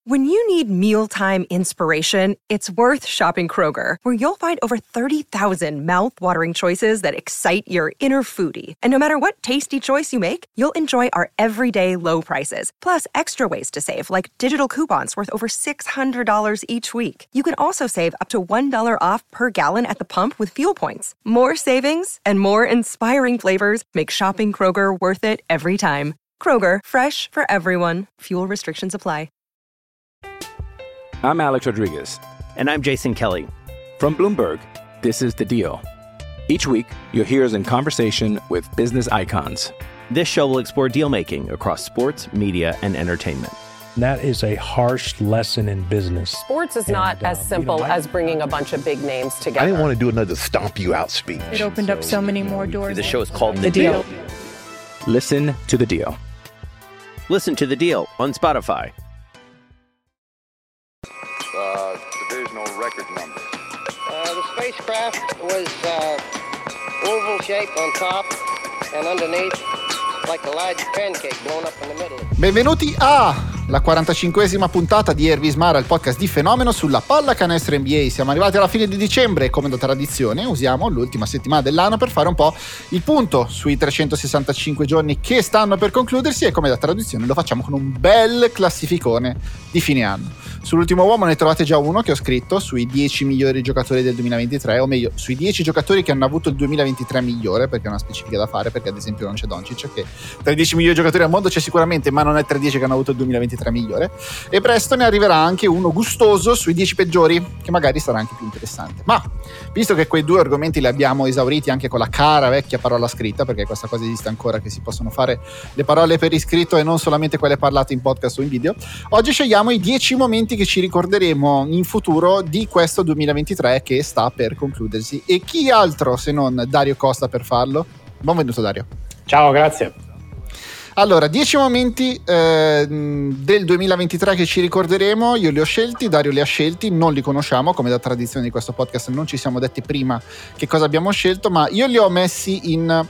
When you need mealtime inspiration, it's worth shopping Kroger, where you'll find over 30,000 mouth-watering choices that excite your inner foodie. And no matter what tasty choice you make, you'll enjoy our everyday low prices, plus extra ways to save, like digital coupons worth over $600 each week. You can also save up to $1 off per gallon at the pump with fuel points. More savings and more inspiring flavors make shopping Kroger worth it every time. Kroger, fresh for everyone. Fuel restrictions apply. I'm Alex Rodriguez. And I'm Jason Kelly. From Bloomberg, this is The Deal. Each week, you'll hear us in conversation with business icons. This show will explore deal-making across sports, media, and entertainment. That is a harsh lesson in business. Sports is not as simple as bringing a bunch of big names together. I didn't want to do another stomp you out speech. It opened up so many more doors. The show is called The Deal. Listen to The Deal. Listen to The Deal on Spotify. Divisional record number. The spacecraft was oval shaped on top and underneath like a large pancake blown up in the middle. Benvenuti alla 45esima puntata di Ervismara, il podcast di Fenomeno sulla pallacanestro NBA. Siamo arrivati alla fine di dicembre e, come da tradizione, usiamo l'ultima settimana dell'anno per fare un po' il punto sui 365 giorni che stanno per concludersi, e come da tradizione lo facciamo con un bel classificone di fine anno. Sull'ultimo uomo ne trovate già uno che ho scritto sui 10 migliori giocatori del 2023, o meglio sui 10 giocatori che hanno avuto il 2023 migliore, perché è una specifica da fare, perché ad esempio non c'è Doncic, che tra i 10 migliori giocatori al mondo c'è sicuramente, ma non è tra i 10 che hanno avuto il 2023 migliore. E presto ne arriverà anche uno gustoso sui 10 peggiori, che magari sarà anche più interessante. Ma visto che quei due argomenti li abbiamo esauriti anche con la cara vecchia parola scritta, perché questa cosa esiste ancora, che si possono fare le parole per iscritto e non solamente quelle parlate in podcast o in video, oggi scegliamo i 10 momenti che ci ricorderemo in futuro di questo 2023 che sta per concludersi. E chi altro se non Dario Costa per farlo? Benvenuto Dario. Ciao, grazie. Allora, 10 momenti del 2023 che ci ricorderemo. Io li ho scelti, Dario li ha scelti, non li conosciamo, come da tradizione di questo podcast non ci siamo detti prima che cosa abbiamo scelto, ma io li ho messi in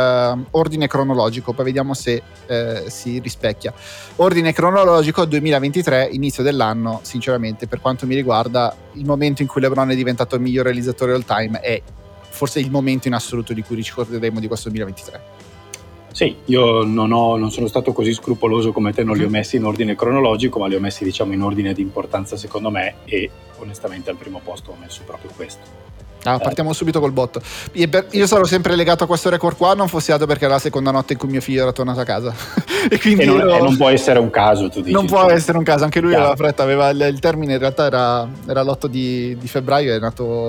ordine cronologico, poi vediamo se si rispecchia. Ordine cronologico 2023, inizio dell'anno. Sinceramente, per quanto mi riguarda, il momento in cui LeBron è diventato il miglior realizzatore all time è forse il momento in assoluto di cui ricorderemo di questo 2023. Sì, io non sono stato così scrupoloso come te, non li ho messi in ordine cronologico, ma li ho messi, diciamo, in ordine di importanza secondo me, e onestamente al primo posto ho messo proprio questo. Partiamo subito col botto. Io sarò sempre legato a questo record qua, non fosse altro perché era la seconda notte in cui mio figlio era tornato a casa. E quindi non può essere un caso, tu dici. Non può essere un caso, anche lui aveva fretta, aveva il termine, in realtà era l'8 di febbraio, è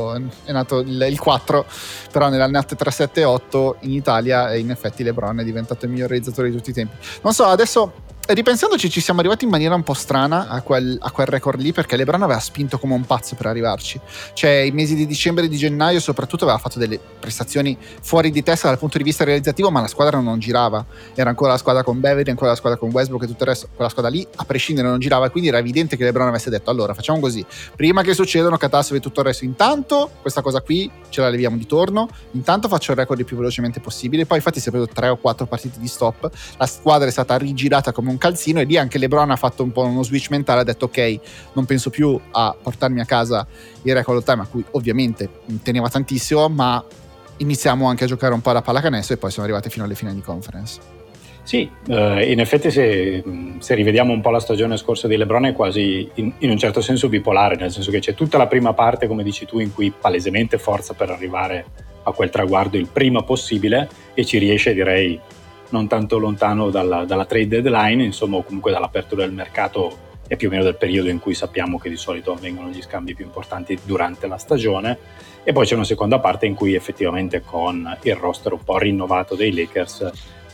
nato il 4, però nelle annate tra 7 e 8 in Italia, e in effetti LeBron è diventato il miglior realizzatore di tutti i tempi. Non so, adesso ripensandoci ci siamo arrivati in maniera un po' strana a quel record lì, perché LeBron aveva spinto come un pazzo per arrivarci. Cioè, i mesi di dicembre e di gennaio soprattutto aveva fatto delle prestazioni fuori di testa dal punto di vista realizzativo, ma la squadra non girava. Era ancora la squadra con Beverly, ancora la squadra con Westbrook e tutto il resto. Quella squadra lì, a prescindere, non girava, quindi era evidente che LeBron avesse detto: allora facciamo così, prima che succedano catastrofi e tutto il resto, intanto questa cosa qui ce la leviamo di torno, intanto faccio il record il più velocemente possibile. Poi infatti si è preso 3 o 4 partite di stop, la squadra è stata rigirata come un calzino, e lì anche LeBron ha fatto un po' uno switch mentale, ha detto: ok, non penso più a portarmi a casa il record all time, a cui ovviamente teneva tantissimo, ma iniziamo anche a giocare un po' alla pallacanestro, e poi siamo arrivati fino alle finali di conference. Sì, in effetti se rivediamo un po' la stagione scorsa di LeBron è quasi in un certo senso bipolare, nel senso che c'è tutta la prima parte, come dici tu, in cui palesemente forza per arrivare a quel traguardo il prima possibile, e ci riesce, direi, non tanto lontano dalla trade deadline, insomma, o comunque dall'apertura del mercato, è più o meno del periodo in cui sappiamo che di solito avvengono gli scambi più importanti durante la stagione. E poi c'è una seconda parte in cui effettivamente con il roster un po' rinnovato dei Lakers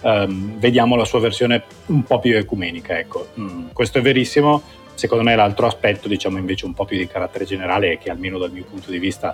vediamo la sua versione un po' più ecumenica, ecco. Questo è verissimo. Secondo me l'altro aspetto, diciamo invece un po' più di carattere generale, è che almeno dal mio punto di vista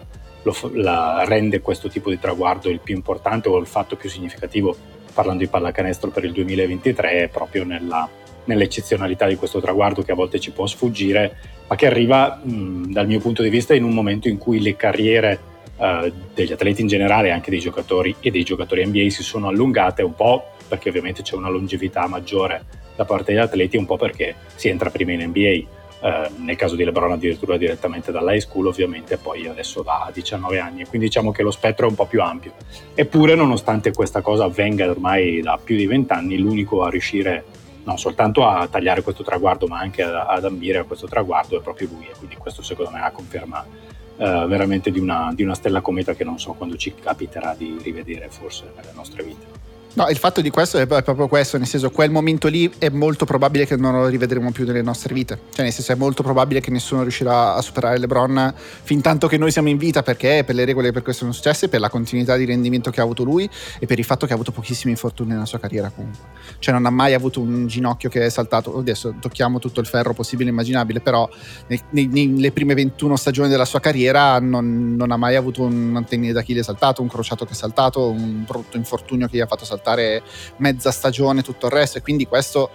la rende questo tipo di traguardo il più importante, o il fatto più significativo, parlando di pallacanestro per il 2023, è proprio nell'eccezionalità di questo traguardo, che a volte ci può sfuggire, ma che arriva dal mio punto di vista in un momento in cui le carriere degli atleti in generale, anche dei giocatori e dei giocatori NBA, si sono allungate, un po' perché ovviamente c'è una longevità maggiore da parte degli atleti, un po' perché si entra prima in NBA. nel caso di LeBron addirittura direttamente dall'high school, ovviamente poi adesso da 19 anni, e quindi diciamo che lo spettro è un po' più ampio. Eppure, nonostante questa cosa avvenga ormai da più di 20 anni, l'unico a riuscire non soltanto a tagliare questo traguardo ma anche ad ambire a questo traguardo è proprio lui, e quindi questo secondo me è la conferma veramente di una stella cometa che non so quando ci capiterà di rivedere forse nelle nostre vite. No, il fatto di questo è proprio questo, nel senso, quel momento lì è molto probabile che non lo rivedremo più nelle nostre vite, cioè nel senso è molto probabile che nessuno riuscirà a superare LeBron fin tanto che noi siamo in vita, perché per le regole per questo sono successe, per la continuità di rendimento che ha avuto lui e per il fatto che ha avuto pochissimi infortuni nella sua carriera comunque, cioè non ha mai avuto un ginocchio che è saltato, adesso tocchiamo tutto il ferro possibile e immaginabile, però nelle prime 21 stagioni della sua carriera non ha mai avuto un tendine d'Achille saltato, un crociato che è saltato, un brutto infortunio che gli ha fatto saltare mezza stagione, tutto il resto, e quindi questo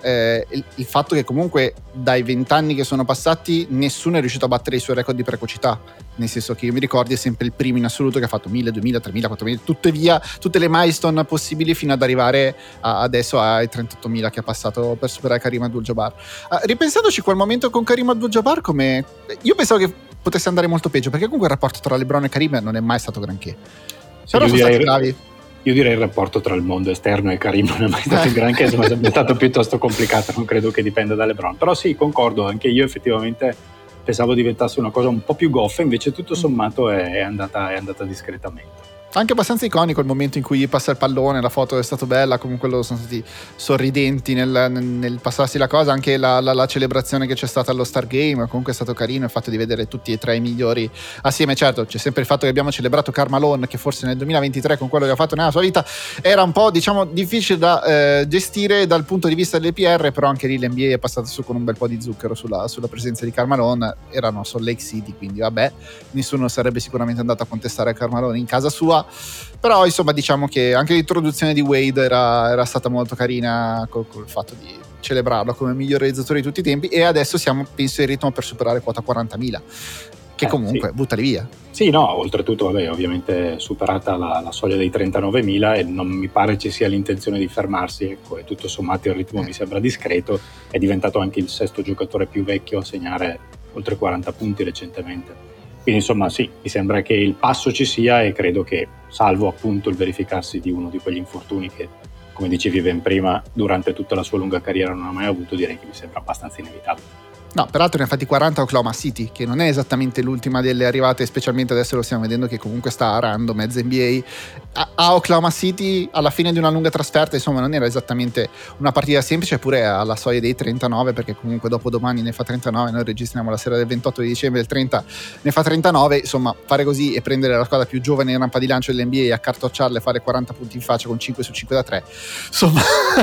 il fatto che comunque dai 20 anni che sono passati nessuno è riuscito a battere i suoi record di precocità, nel senso che io mi ricordi è sempre il primo in assoluto che ha fatto 1000, 2000, 3000, 4000, tutte le milestone possibili fino ad arrivare adesso ai 38.000 che ha passato per superare Kareem Abdul-Jabbar. Ripensandoci quel momento con Kareem Abdul-Jabbar, come io pensavo che potesse andare molto peggio, perché comunque il rapporto tra LeBron e Kareem non è mai stato granché, però sono stati bravi. Io direi il rapporto tra il mondo esterno e Kareem non è mai stato granché, insomma è sempre stato piuttosto complicato, non credo che dipenda da LeBron, però sì, concordo, anche io effettivamente pensavo diventasse una cosa un po' più goffa, invece tutto sommato è andata discretamente. Anche abbastanza iconico il momento in cui gli passa il pallone, la foto è stata bella, comunque loro sono stati sorridenti nel passarsi la cosa, anche la celebrazione che c'è stata allo Star Game, comunque è stato carino il fatto di vedere tutti e tre i migliori assieme. Certo, c'è sempre il fatto che abbiamo celebrato Karl Malone, che forse nel 2023 con quello che ha fatto nella sua vita era un po', diciamo, difficile da gestire dal punto di vista dell'EPR, però anche lì l'NBA è passata su con un bel po' di zucchero sulla presenza di Karl Malone. Erano Salt Lake City, quindi vabbè, nessuno sarebbe sicuramente andato a contestare Karl Malone in casa sua. Però insomma diciamo che anche l'introduzione di Wade era stata molto carina col fatto di celebrarlo come miglior realizzatore di tutti i tempi, e adesso siamo penso in ritmo per superare quota 40.000 che comunque sì. Buttali via. Sì, no, oltretutto vabbè, ovviamente superata la soglia dei 39.000 e non mi pare ci sia l'intenzione di fermarsi, ecco, e tutto sommato il ritmo mi sembra discreto, è diventato anche il sesto giocatore più vecchio a segnare oltre 40 punti recentemente. Quindi insomma sì, mi sembra che il passo ci sia, e credo che, salvo appunto il verificarsi di uno di quegli infortuni che, come dicevi ben prima, durante tutta la sua lunga carriera non ha mai avuto, direi che mi sembra abbastanza inevitabile. No, peraltro ne ha fatti 40 Oklahoma City, che non è esattamente l'ultima delle arrivate, specialmente adesso lo stiamo vedendo che comunque sta arando mezza NBA. A Oklahoma City, alla fine di una lunga trasferta, insomma non era esattamente una partita semplice, pure alla soglia dei 39, perché comunque dopo domani ne fa 39, noi registriamo la sera del 28 di dicembre, del 30 ne fa 39, insomma fare così e prendere la squadra più giovane in rampa di lancio dell'NBA e accartocciarle, fare 40 punti in faccia con 5 su 5 da 3, insomma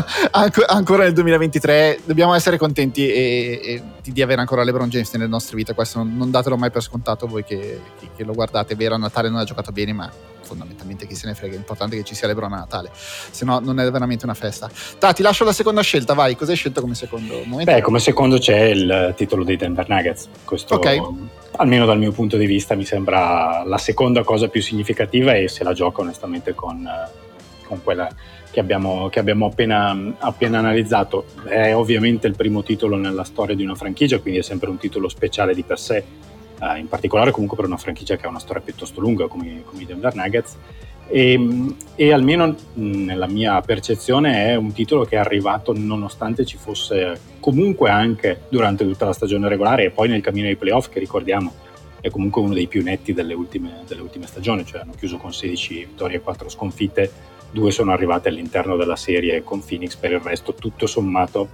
ancora nel 2023 dobbiamo essere contenti e di avere ancora LeBron James nelle nostre vite. Questo non datelo mai per scontato voi che lo guardate. È vero, a Natale non ha giocato bene, ma fondamentalmente chi se ne frega, è importante che ci sia LeBron a Natale, se no non è veramente una festa. Ti lascio la seconda scelta, vai. Cosa hai scelto come secondo momento? Beh, come secondo c'è il titolo dei Denver Nuggets. Questo, almeno dal mio punto di vista, mi sembra la seconda cosa più significativa, e se la gioca onestamente con quella che abbiamo appena analizzato. È ovviamente il primo titolo nella storia di una franchigia, quindi è sempre un titolo speciale di per sé, in particolare comunque per una franchigia che ha una storia piuttosto lunga come i Denver Nuggets, e almeno nella mia percezione è un titolo che è arrivato nonostante ci fosse comunque anche durante tutta la stagione regolare e poi nel cammino ai playoff, che ricordiamo è comunque uno dei più netti delle ultime stagioni, cioè hanno chiuso con 16 vittorie e 4 sconfitte, 2 sono arrivate all'interno della serie con Phoenix. Per il resto tutto sommato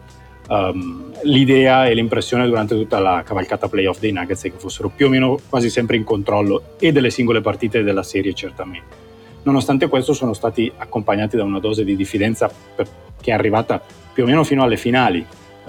l'idea e l'impressione durante tutta la cavalcata playoff dei Nuggets è che fossero più o meno quasi sempre in controllo e delle singole partite e della serie certamente. Nonostante questo sono stati accompagnati da una dose di diffidenza che è arrivata più o meno fino alle finali.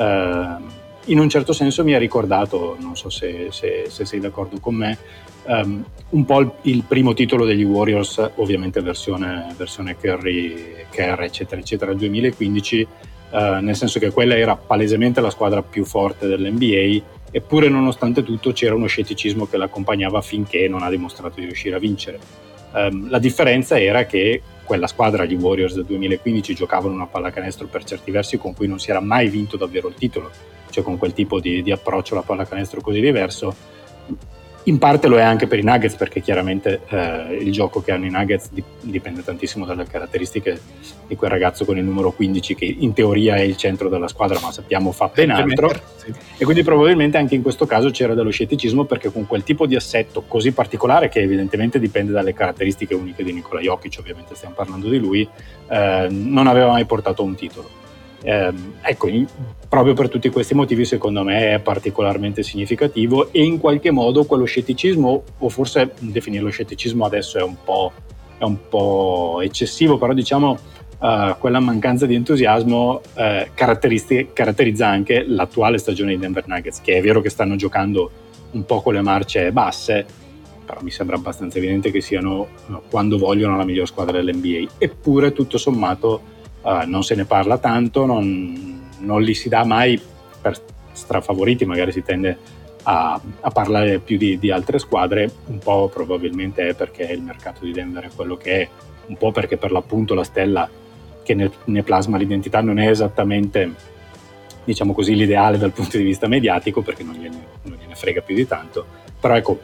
In un certo senso mi ha ricordato, non so se sei d'accordo con me, un po' il primo titolo degli Warriors, ovviamente versione Curry, Kerr, eccetera eccetera, 2015, nel senso che quella era palesemente la squadra più forte dell'NBA, eppure nonostante tutto c'era uno scetticismo che l'accompagnava finché non ha dimostrato di riuscire a vincere. La differenza era che quella squadra, gli Warriors del 2015, giocavano una pallacanestro per certi versi con cui non si era mai vinto davvero il titolo, cioè cioè con quel tipo di approccio alla pallacanestro così diverso. In parte lo è anche per i Nuggets, perché chiaramente il gioco che hanno i Nuggets dipende tantissimo dalle caratteristiche di quel ragazzo con il numero 15 che in teoria è il centro della squadra, ma sappiamo fa ben altro. Sì. E quindi probabilmente anche in questo caso c'era dello scetticismo, perché con quel tipo di assetto così particolare, che evidentemente dipende dalle caratteristiche uniche di Nikola Jokic, ovviamente stiamo parlando di lui, non aveva mai portato un titolo. Ecco, proprio per tutti questi motivi secondo me è particolarmente significativo, e in qualche modo quello scetticismo, o forse definirlo scetticismo adesso è un po' eccessivo, però diciamo quella mancanza di entusiasmo caratterizza anche l'attuale stagione dei Denver Nuggets, che è vero che stanno giocando un po' con le marce basse, però mi sembra abbastanza evidente che siano, quando vogliono, la miglior squadra dell'NBA. Eppure tutto sommato non se ne parla tanto, non li si dà mai per strafavoriti, magari si tende a parlare più di altre squadre, un po' probabilmente è perché il mercato di Denver è quello che è, un po' perché per l'appunto la stella che ne plasma l'identità non è esattamente, diciamo così, l'ideale dal punto di vista mediatico, perché non gliene frega più di tanto. Però ecco,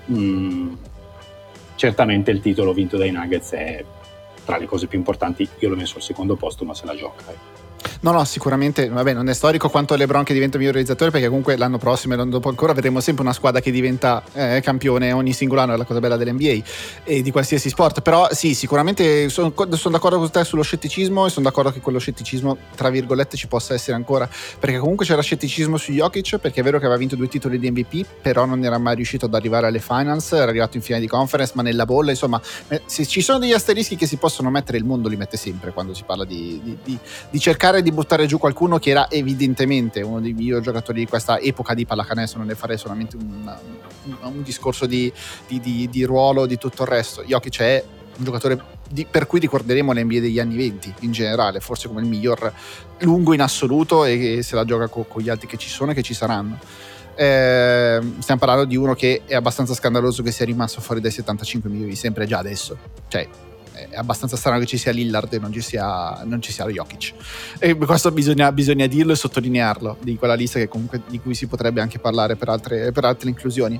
certamente il titolo vinto dai Nuggets è tra le cose più importanti. Io l'ho messo al secondo posto, ma se la gioca. No, sicuramente, vabbè, non è storico quanto LeBron che diventa miglior realizzatore, perché comunque l'anno prossimo e l'anno dopo ancora vedremo sempre una squadra che diventa campione ogni singolo anno, è la cosa bella dell'NBA e di qualsiasi sport. Però sì, sicuramente sono d'accordo con te sullo scetticismo, e sono d'accordo che quello scetticismo tra virgolette ci possa essere ancora, perché comunque c'era scetticismo su Jokic, perché è vero che aveva vinto 2 titoli di MVP, però non era mai riuscito ad arrivare alle finals, era arrivato in finale di conference ma nella bolla, insomma, se ci sono degli asterischi che si possono mettere, il mondo li mette sempre quando si parla di cercare di buttare giù qualcuno che era evidentemente uno dei migliori giocatori di questa epoca di pallacanestro. Non ne farei solamente un discorso di ruolo, di tutto il resto. Jokic è un giocatore per cui ricorderemo l'NBA degli anni 20 in generale, forse come il miglior lungo in assoluto, e se la gioca con gli altri che ci sono e che ci saranno. Stiamo parlando di uno che è abbastanza scandaloso che sia rimasto fuori dai 75 milioni sempre già adesso, cioè è abbastanza strano che ci sia Lillard e non ci sia Jokic, e questo bisogna dirlo e sottolinearlo, di quella lista che comunque di cui si potrebbe anche parlare per altre inclusioni,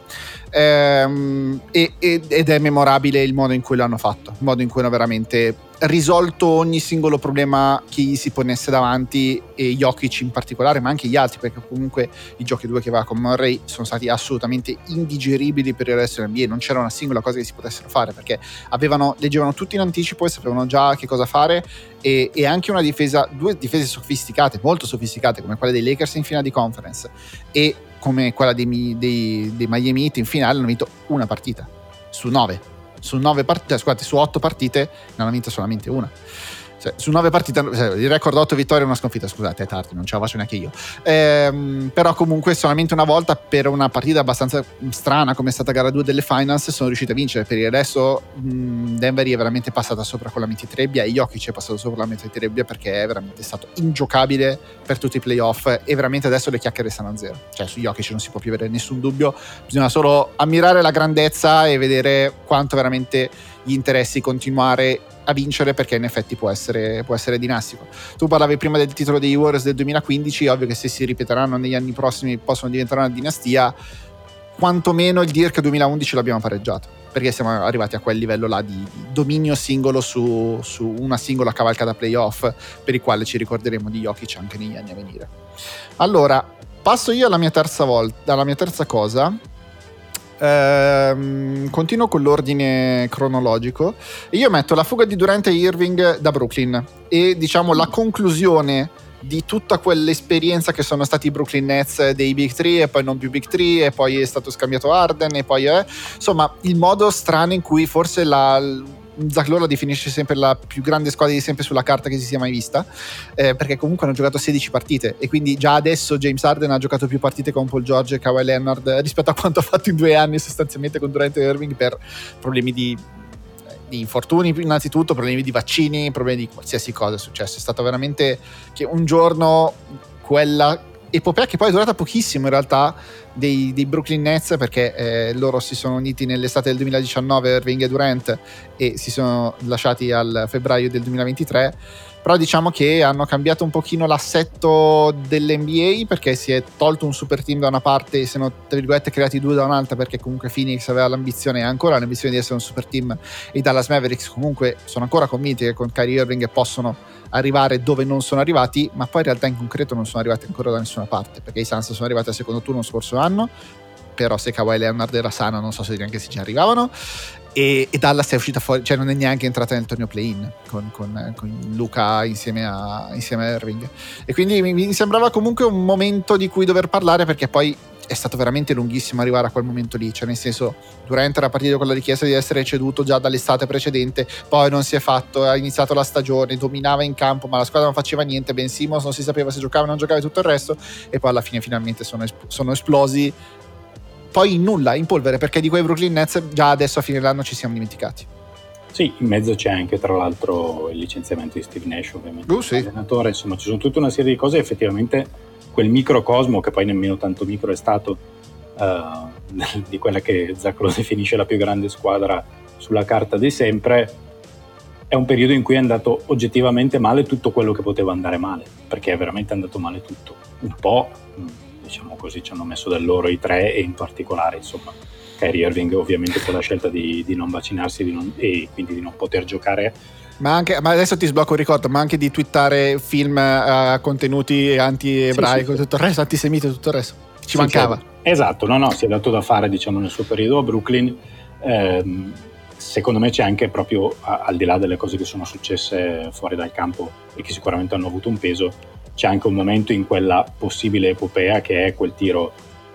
ed è memorabile il modo in cui l'hanno fatto, il modo in cui hanno veramente risolto ogni singolo problema che gli si ponesse davanti, e Jokic in particolare, ma anche gli altri, perché comunque i giochi 2 che va con Murray sono stati assolutamente indigeribili per il resto dell'NBA. Non c'era una singola cosa che si potessero fare, perché leggevano tutti in anticipo e sapevano già che cosa fare, e anche una difesa, 2 difese sofisticate, molto sofisticate, come quelle dei Lakers in finale di conference e come quella dei Miami Heat in finale. Hanno vinto una partita su 9 partite, scusate, su 8 partite ne hanno vinta solamente una. Cioè, su 9 partite, il record 8 vittorie e una sconfitta, scusate, è tardi, non ce la faccio neanche io, però comunque solamente una volta, per una partita abbastanza strana come è stata gara 2 delle finals, sono riusciti a vincere. Per il resto Denver è veramente passata sopra con la mente trebbia, e Jokic è passato sopra la mente trebbia, perché è veramente stato ingiocabile per tutti i playoff, e veramente adesso le chiacchiere stanno a zero. Cioè su Jokic non si può più avere nessun dubbio, bisogna solo ammirare la grandezza e vedere quanto veramente gli interessi continuare a vincere, perché in effetti può essere dinastico. Tu parlavi prima del titolo dei Warriors del 2015, ovvio che se si ripeteranno negli anni prossimi possono diventare una dinastia. Quantomeno il Dirk 2011 l'abbiamo pareggiato, perché siamo arrivati a quel livello là di dominio singolo su una singola cavalcata playoff, per il quale ci ricorderemo di Jokic anche negli anni a venire. Allora, passo io alla mia terza cosa. Continuo con l'ordine cronologico e io metto la fuga di Durant e Irving da Brooklyn, e diciamo la conclusione di tutta quell'esperienza che sono stati i Brooklyn Nets dei Big 3 e poi non più Big 3, e poi è stato scambiato Harden, e poi insomma il modo strano in cui forse Zach Lowe la definisce sempre la più grande squadra di sempre sulla carta che si sia mai vista, perché comunque hanno giocato 16 partite, e quindi già adesso James Harden ha giocato più partite con Paul George e Kawhi Leonard rispetto a quanto ha fatto in 2 anni sostanzialmente con Durant e Irving, per problemi di infortuni innanzitutto, problemi di vaccini, problemi di qualsiasi cosa è successo. È stato veramente che un giorno quella epopea, che poi è durata pochissimo in realtà, dei Brooklyn Nets, perché loro si sono uniti nell'estate del 2019, Irving e Durant, e si sono lasciati al febbraio del 2023, però diciamo che hanno cambiato un pochino l'assetto dell'NBA, perché si è tolto un super team da una parte e si sono tra virgolette creati due da un'altra, perché comunque Phoenix aveva l'ambizione e ha ancora l'ambizione di essere un super team, e i Dallas Mavericks comunque sono ancora convinti che con Kyrie Irving possono arrivare dove non sono arrivati, ma poi in realtà in concreto non sono arrivati ancora da nessuna parte, perché i Suns sono arrivati al secondo turno scorso anno, però se Kawhi Leonard era sano non so se neanche si ci arrivavano, e Dallas è uscita fuori, cioè non è neanche entrata nel torneo play-in con Luka insieme a Irving, e quindi mi sembrava comunque un momento di cui dover parlare, perché poi è stato veramente lunghissimo arrivare a quel momento lì, cioè nel senso Durant era partito con la richiesta di essere ceduto già dall'estate precedente, poi non si è fatto, ha iniziato la stagione, dominava in campo ma la squadra non faceva niente, Ben Simmons non si sapeva se giocava o non giocava e tutto il resto, e poi alla fine finalmente sono esplosi poi in nulla, in polvere, perché di quei Brooklyn Nets già adesso a fine dell'anno ci siamo dimenticati. Sì, in mezzo c'è anche tra l'altro il licenziamento di Steve Nash, ovviamente sì. Allenatore, insomma ci sono tutta una serie di cose, effettivamente quel microcosmo, che poi nemmeno tanto micro è stato, di quella che Zach lo definisce la più grande squadra sulla carta di sempre, è un periodo in cui è andato oggettivamente male tutto quello che poteva andare male, perché è veramente andato male tutto, un po', diciamo così, ci hanno messo del loro i tre, e in particolare insomma Kyrie Irving ovviamente per la scelta di non vaccinarsi e quindi di non poter giocare. Ma adesso ti sblocco il ricordo, ma anche di twittare film contenuti anti-ebraico, sì. Tutto il resto, antisemita, tutto il resto. Ci mancava. Certo. Esatto, no, si è dato da fare diciamo nel suo periodo a Brooklyn. Secondo me c'è anche proprio, al di là delle cose che sono successe fuori dal campo e che sicuramente hanno avuto un peso, c'è anche un momento in quella possibile epopea che è quel tiro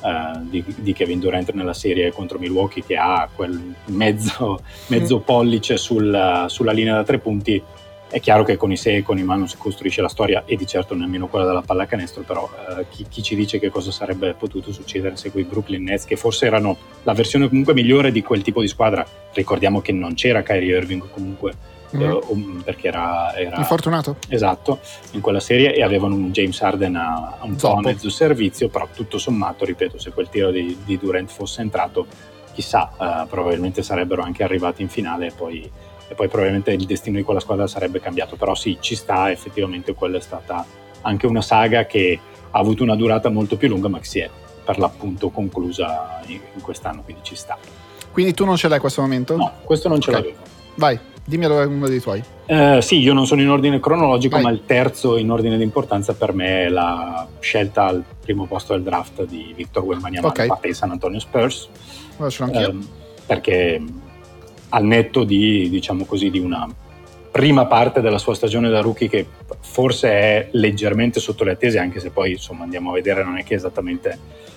di Kevin Durant nella serie contro Milwaukee, che ha quel mezzo pollice sulla linea da 3 punti. È chiaro che con i se e con i ma non si costruisce la storia, e di certo nemmeno quella della pallacanestro, però chi ci dice che cosa sarebbe potuto succedere se quei Brooklyn Nets, che forse erano la versione comunque migliore di quel tipo di squadra, ricordiamo che non c'era Kyrie Irving comunque, perché era infortunato, esatto, in quella serie, e avevano un James Harden a un po' a mezzo servizio, però tutto sommato, ripeto, se quel tiro di Durant fosse entrato, chissà, probabilmente sarebbero anche arrivati in finale, e poi probabilmente il destino di quella squadra sarebbe cambiato. Però sì, ci sta, effettivamente quella è stata anche una saga che ha avuto una durata molto più lunga, ma che si è per l'appunto conclusa in quest'anno, quindi ci sta. Quindi tu non ce l'hai questo momento? No, questo non ce l'avevo. Vai, dimmi allora uno dei tuoi. Sì, io non sono in ordine cronologico, ma il terzo in ordine di importanza per me è la scelta al primo posto del draft di Victor Wembanyama da parte di San Antonio Spurs. Lo sono anch'io. Perché al netto di, diciamo così, di una prima parte della sua stagione da rookie che forse è leggermente sotto le attese, anche se poi insomma andiamo a vedere non è che esattamente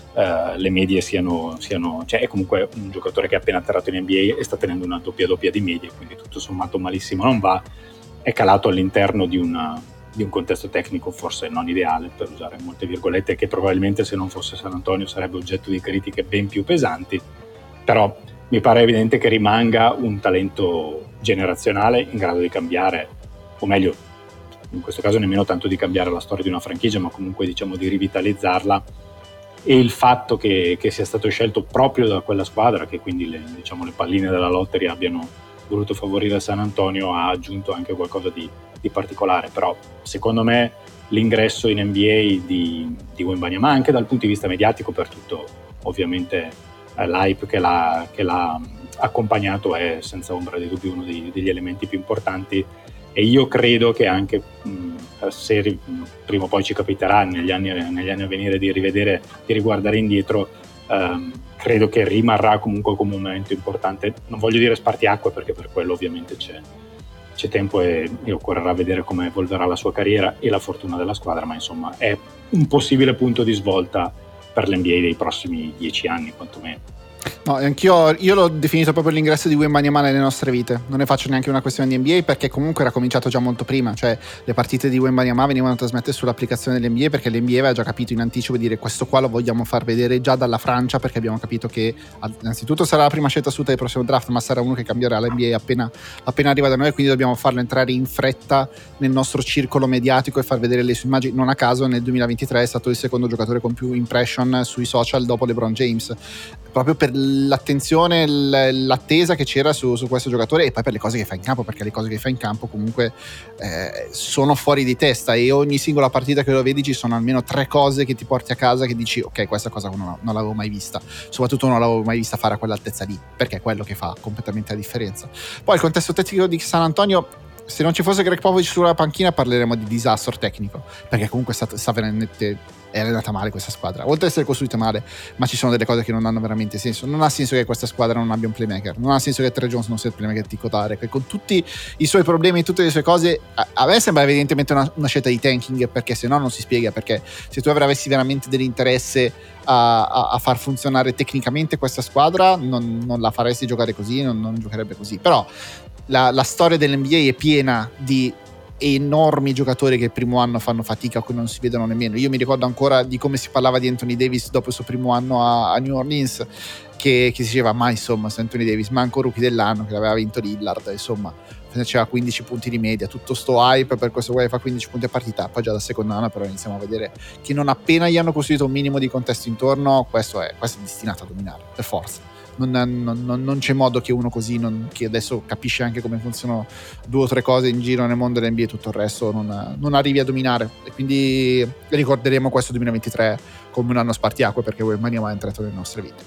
le medie siano, cioè è comunque un giocatore che è appena atterrato in NBA e sta tenendo una doppia di medie, quindi tutto sommato malissimo non va. È calato all'interno di un contesto tecnico forse non ideale, per usare molte virgolette, che probabilmente se non fosse San Antonio sarebbe oggetto di critiche ben più pesanti, però mi pare evidente che rimanga un talento generazionale in grado di cambiare, o meglio, in questo caso nemmeno tanto di cambiare la storia di una franchigia, ma comunque diciamo di rivitalizzarla, e il fatto che sia stato scelto proprio da quella squadra, che quindi le palline della lotteria abbiano voluto favorire San Antonio, ha aggiunto anche qualcosa di particolare. Però secondo me l'ingresso in NBA di Wembanyama, anche dal punto di vista mediatico, per tutto ovviamente l'hype che l'ha accompagnato, è senza ombra di dubbio uno degli elementi più importanti, e io credo che anche se prima o poi ci capiterà negli anni a venire di riguardare indietro, credo che rimarrà comunque come un momento importante. Non voglio dire spartiacque, perché per quello ovviamente c'è tempo e occorrerà vedere come evolverà la sua carriera e la fortuna della squadra, ma insomma è un possibile punto di svolta per l'NBA dei prossimi 10 anni quantomeno. No, io l'ho definito proprio l'ingresso di Wembanyama nelle nostre vite. Non ne faccio neanche una questione di NBA, perché comunque era cominciato già molto prima. Cioè le partite di Wembanyama venivano trasmesse sull'applicazione dell'NBA, perché l'NBA aveva già capito in anticipo di dire questo qua lo vogliamo far vedere già dalla Francia, perché abbiamo capito che innanzitutto sarà la prima scelta assoluta del prossimo draft, ma sarà uno che cambierà l'NBA appena arriva da noi, quindi dobbiamo farlo entrare in fretta nel nostro circolo mediatico e far vedere le sue immagini. Non a caso nel 2023 è stato il secondo giocatore con più impression sui social dopo LeBron James, proprio per l'attenzione, l'attesa che c'era su questo giocatore, e poi per le cose che fa in campo, perché le cose che fa in campo comunque sono fuori di testa, e ogni singola partita che lo vedi ci sono almeno 3 cose che ti porti a casa che dici ok, questa cosa non l'avevo mai vista, soprattutto non l'avevo mai vista fare a quell'altezza lì, perché è quello che fa completamente la differenza. Poi il contesto tecnico di San Antonio, se non ci fosse Greg Popovich sulla panchina parleremo di disastro tecnico, perché comunque sta veramente, è andata male questa squadra, oltre ad essere costruita male, ma ci sono delle cose che non hanno veramente senso. Non ha senso che questa squadra non abbia un playmaker, non ha senso che Tre Jones non sia il playmaker di Cotare, che con tutti i suoi problemi e tutte le sue cose a me sembra evidentemente una scelta di tanking, perché se no non si spiega, perché se tu avessi veramente dell'interesse a far funzionare tecnicamente questa squadra non la faresti giocare così, non giocherebbe così. Però la storia dell'NBA è piena di enormi giocatori che il primo anno fanno fatica o che non si vedono nemmeno. Io mi ricordo ancora di come si parlava di Anthony Davis dopo il suo primo anno a New Orleans, che si diceva ma insomma se Anthony Davis manco rookie dell'anno, che l'aveva vinto Lillard, insomma faceva 15 punti di media, tutto sto hype per questo qua che fa 15 punti a partita. Poi già da secondo anno però iniziamo a vedere che non appena gli hanno costruito un minimo di contesto intorno, questo è destinato a dominare per forza. Non c'è modo che uno così, che adesso capisce anche come funzionano 2 o 3 cose in giro nel mondo dell'NBA e tutto il resto, non arrivi a dominare. E quindi ricorderemo questo 2023 come un anno spartiacque, perché Wembanyama è entrato nelle nostre vite.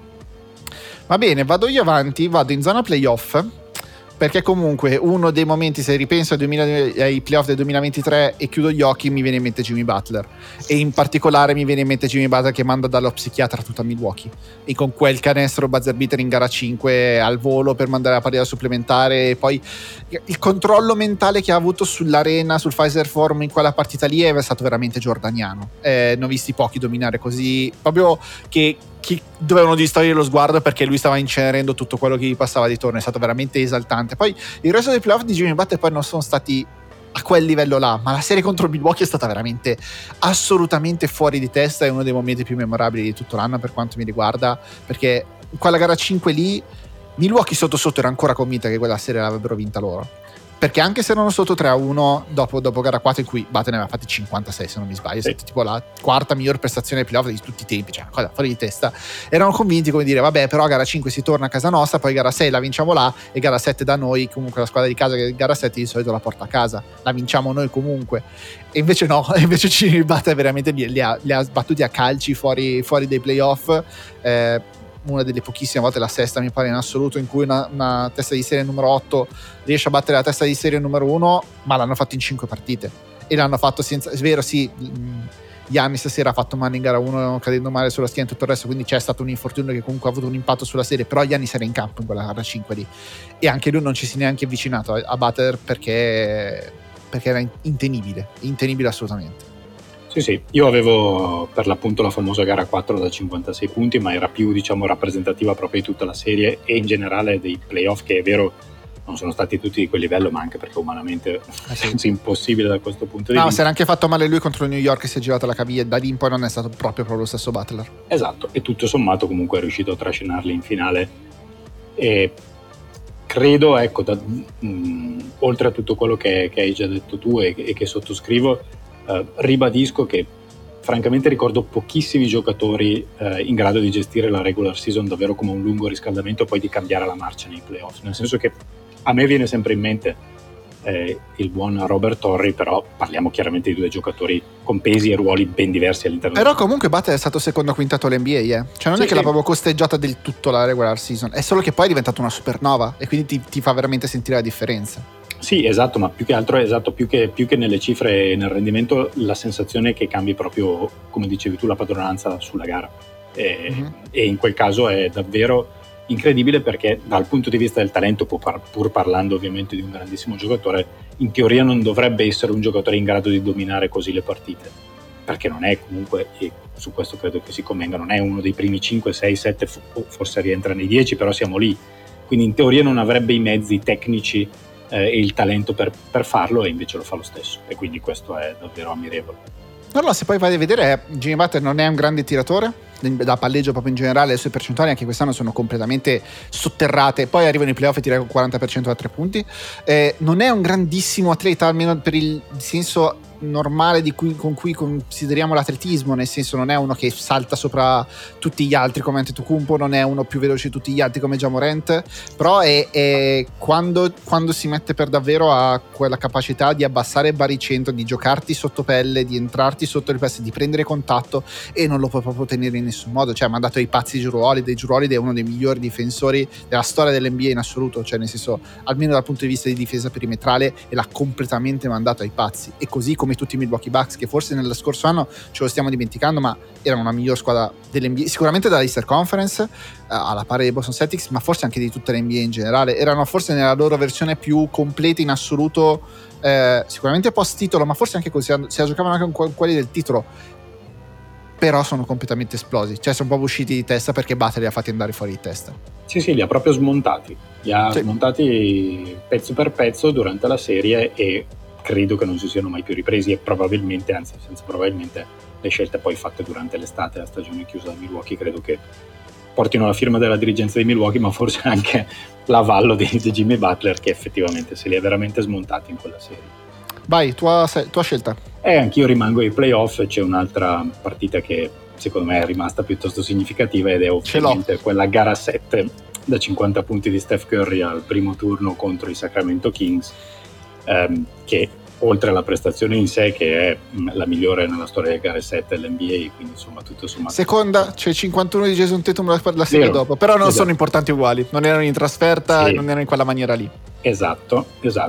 Va bene, vado io avanti, vado in zona playoff, perché comunque uno dei momenti, se ripenso ai playoff del 2023 e chiudo gli occhi, mi viene in mente Jimmy Butler, e in particolare mi viene in mente Jimmy Butler che manda dallo psichiatra tutta Milwaukee, e con quel canestro buzzer beater in gara 5 al volo per mandare la partita supplementare, e poi il controllo mentale che ha avuto sull'arena, sul Pfizer Forum in quella partita lì è stato veramente giordaniano. Ne ho visti pochi dominare così, proprio che dovevano distogliere lo sguardo, perché lui stava incenerendo tutto quello che gli passava di torno. È stato veramente esaltante. Poi il resto dei playoff di Jimmy Butler poi non sono stati a quel livello là, ma la serie contro Milwaukee è stata veramente assolutamente fuori di testa, è uno dei momenti più memorabili di tutto l'anno per quanto mi riguarda, perché quella gara 5 lì Milwaukee sotto era ancora convinta che quella serie l'avrebbero vinta loro, perché anche se erano sotto 3-1 dopo gara 4, in cui Butler ne aveva fatti 56 se non mi sbaglio, è stata tipo la quarta miglior prestazione ai playoff di tutti i tempi, cioè cosa fuori di testa, erano convinti come dire vabbè, però gara 5 si torna a casa nostra, poi gara 6 la vinciamo là e gara 7 da noi, comunque la squadra di casa che gara 7 di solito la porta a casa, la vinciamo noi comunque. E invece no, invece Jimmy Butler veramente li ha sbattuti a calci fuori dei playoff. Una delle pochissime volte, la sesta mi pare in assoluto, in cui una testa di serie numero 8 riesce a battere la testa di serie numero 1, ma l'hanno fatto in 5 partite e l'hanno fatto senza, è vero sì, Giannis stasera ha fatto male in gara 1 cadendo male sulla schiena e tutto il resto, quindi c'è stato un infortunio che comunque ha avuto un impatto sulla serie, però Giannis era in campo in quella gara 5 lì e anche lui non ci si è neanche avvicinato a Butler perché era intenibile assolutamente. Sì, io avevo per l'appunto la famosa gara 4 da 56 punti, ma era più rappresentativa proprio di tutta la serie e in generale dei playoff, che è vero non sono stati tutti di quel livello, ma anche perché umanamente è impossibile da questo punto di vista. No, si era anche fatto male lui contro New York, si è girato la caviglia e da lì in poi non è stato proprio lo stesso Butler. Esatto, e tutto sommato comunque è riuscito a trascinarli in finale e credo, ecco, oltre a tutto quello che hai già detto tu e che sottoscrivo, ribadisco che francamente ricordo pochissimi giocatori in grado di gestire la regular season davvero come un lungo riscaldamento e poi di cambiare la marcia nei playoff, nel senso che a me viene sempre in mente il buon Robert Torrey, però parliamo chiaramente di 2 giocatori con pesi e ruoli ben diversi all'interno. Però comunque Butler è stato secondo quintato all'NBA, cioè non è che l'ha proprio costeggiata del tutto la regular season, è solo che poi è diventata una supernova e quindi ti fa veramente sentire la differenza. Sì, esatto, ma più che altro, più che nelle cifre e nel rendimento, la sensazione è che cambi proprio, come dicevi tu, la padronanza sulla gara. E in quel caso è davvero incredibile, perché dal punto di vista del talento, pur parlando ovviamente di un grandissimo giocatore, in teoria non dovrebbe essere un giocatore in grado di dominare così le partite, perché non è comunque, e su questo credo che si convenga, non è uno dei primi 5, 6, 7, forse rientra nei 10, però siamo lì, quindi in teoria non avrebbe i mezzi tecnici e il talento per farlo, e invece lo fa lo stesso, e quindi questo è davvero ammirevole. No, se poi vai a vedere, Jimmy Butler non è un grande tiratore da palleggio proprio in generale, le sue percentuali anche quest'anno sono completamente sotterrate, poi arrivano i playoff e tira il 40% da 3 punti, non è un grandissimo atleta, almeno per il senso normale con cui consideriamo l'atletismo, nel senso non è uno che salta sopra tutti gli altri come Antetokounmpo, non è uno più veloce di tutti gli altri come Ja Morant, però è quando si mette per davvero a quella capacità di abbassare il baricentro, di giocarti sotto pelle, di entrarti sotto il pezzo, di prendere contatto, e non lo puoi proprio tenere in nessun modo. Cioè ha mandato i pazzi di Jrue Holiday è uno dei migliori difensori della storia dell'NBA in assoluto, cioè nel senso almeno dal punto di vista di difesa perimetrale, e l'ha completamente mandato ai pazzi. E così come tutti i Milwaukee Bucks, che forse nello scorso anno ce lo stiamo dimenticando, ma erano una miglior squadra dell'NBA, sicuramente dalla Eastern Conference, alla pari dei Boston Celtics, ma forse anche di tutta l'NBA in generale. Erano forse nella loro versione più completa in assoluto, sicuramente post titolo, ma forse anche così se la giocavano anche con quelli del titolo. Però sono completamente esplosi, cioè sono proprio usciti di testa perché Butler li ha fatti andare fuori di testa. Sì, li ha proprio smontati, smontati pezzo per pezzo durante la serie, e credo che non si siano mai più ripresi, e probabilmente, anzi senza probabilmente, le scelte poi fatte durante l'estate, la stagione chiusa da Milwaukee, credo che portino la firma della dirigenza di Milwaukee, ma forse anche l'avallo di Jimmy Butler, che effettivamente se li ha veramente smontati in quella serie. Vai, tua scelta. Anch'io rimango ai playoff. C'è un'altra partita che secondo me è rimasta piuttosto significativa, ed è ovviamente quella gara 7 da 50 punti di Steph Curry al primo turno contro i Sacramento Kings, che oltre alla prestazione in sé, che è la migliore nella storia delle gare 7 dell'NBA, quindi insomma tutto sommato. Seconda, c'è 51 di Jason Tatum la serie dopo, però non sono importanti uguali, non erano in trasferta, non erano in quella maniera lì. Esatto.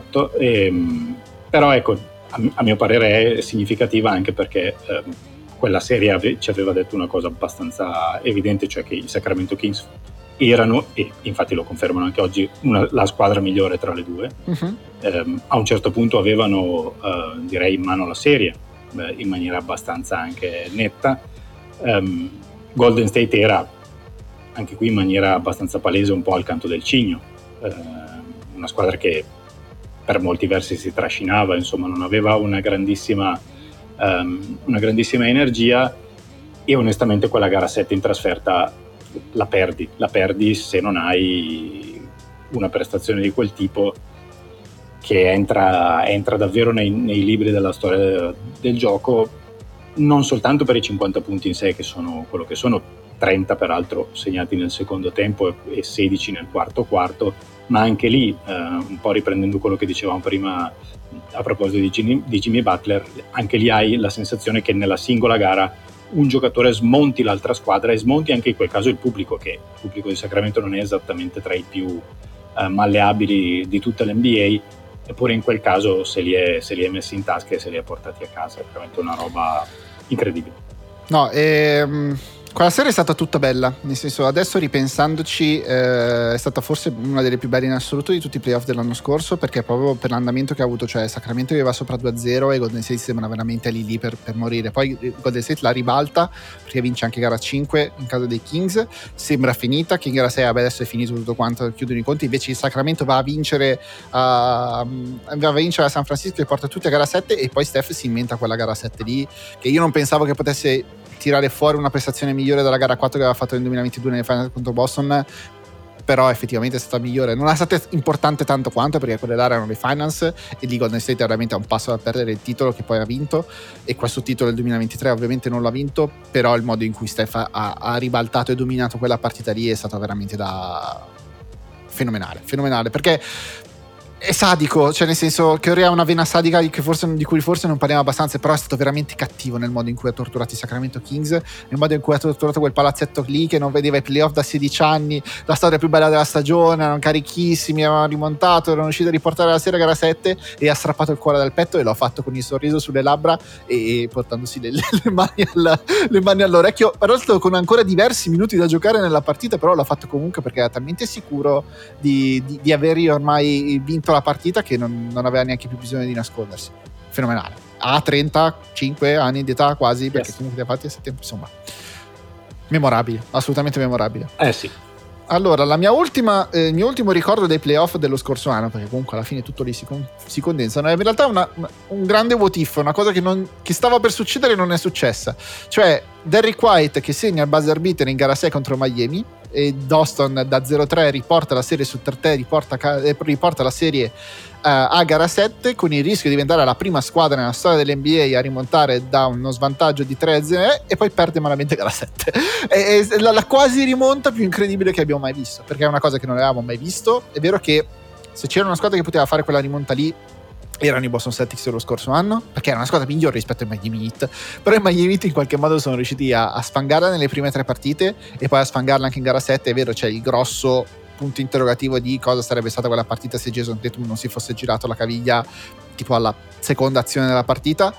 Però ecco, a mio parere è significativa anche perché quella serie ci aveva detto una cosa abbastanza evidente, cioè che i Sacramento Kings erano, e infatti lo confermano anche oggi, la squadra migliore tra le due. A un certo punto avevano direi in mano la serie in maniera abbastanza anche netta. Golden State era anche qui in maniera abbastanza palese un po' al canto del cigno, una squadra che per molti versi si trascinava, insomma non aveva una grandissima energia, e onestamente quella gara 7 in trasferta la perdi se non hai una prestazione di quel tipo che entra davvero nei libri della storia del gioco, non soltanto per i 50 punti in sé, che sono quello che sono, 30 peraltro segnati nel secondo tempo e 16 nel quarto, ma anche lì, un po' riprendendo quello che dicevamo prima a proposito di Jimmy Butler, anche lì hai la sensazione che nella singola gara un giocatore smonti l'altra squadra, e smonti anche in quel caso il pubblico, che il pubblico di Sacramento non è esattamente tra i più malleabili di tutta l'NBA, eppure in quel caso se li è messi in tasca e se li è portati a casa. È veramente una roba incredibile. No, quella serie è stata tutta bella, nel senso, adesso ripensandoci è stata forse una delle più belle in assoluto di tutti i playoff dell'anno scorso, perché proprio per l'andamento che ha avuto, cioè Sacramento aveva sopra 2-0 e Golden State sembra veramente lì per morire. Poi Golden State la ribalta perché vince anche gara 5 in casa dei Kings, sembra finita, che in gara 6 adesso è finito tutto quanto, chiudono i conti, invece il Sacramento va a vincere a San Francisco e porta tutti a gara 7, e poi Steph si inventa quella gara 7 lì, che io non pensavo che potesse tirare fuori una prestazione migliore dalla gara 4 che aveva fatto nel 2022 nelle finals contro Boston, però effettivamente è stata migliore. Non è stata importante tanto quanto, perché quelle là erano le finals e lì Golden State è veramente a un passo da perdere il titolo che poi ha vinto, e questo titolo del 2023 ovviamente non l'ha vinto, però il modo in cui Steph ha ribaltato e dominato quella partita lì è stato veramente fenomenale, perché è sadico, cioè nel senso che Curry ha una vena sadica di cui forse non parliamo abbastanza, però è stato veramente cattivo nel modo in cui ha torturato i Sacramento Kings, nel modo in cui ha torturato quel palazzetto lì che non vedeva i playoff da 16 anni, la storia più bella della stagione, erano carichissimi, avevano rimontato, erano riusciti a riportare la serie a gara 7, e ha strappato il cuore dal petto, e l'ha fatto con il sorriso sulle labbra e portandosi le mani all'orecchio, peraltro con ancora diversi minuti da giocare nella partita, però l'ha fatto comunque perché era talmente sicuro di aver ormai vinto la partita che non aveva neanche più bisogno di nascondersi. Fenomenale. Ha 35 anni di età quasi, perché comunque li ha fatti a settembre, insomma. Memorabile, assolutamente memorabile. Sì. Allora, il mio ultimo ricordo dei playoff dello scorso anno, perché comunque alla fine tutto lì si condensano, è in realtà un grande what if, una cosa che stava per succedere e non è successa. Cioè, Derrick White che segna il buzzer beater in gara 6 contro Miami, e Doston da 0-3 riporta la serie su 3, riporta la serie a gara 7, con il rischio di diventare la prima squadra nella storia dell'NBA a rimontare da uno svantaggio di 3, e poi perde malamente gara 7. È la quasi rimonta più incredibile che abbiamo mai visto, perché è una cosa che non avevamo mai visto. È vero che se c'era una squadra che poteva fare quella rimonta lì erano i Boston Celtics lo scorso anno, perché era una squadra migliore rispetto ai Miami Heat, però i Miami Heat in qualche modo sono riusciti a sfangarla nelle prime 3 partite e poi a sfangarla anche in gara 7. È vero, c'è il grosso punto interrogativo di cosa sarebbe stata quella partita se Jason Tatum non si fosse girato la caviglia tipo alla seconda azione della partita,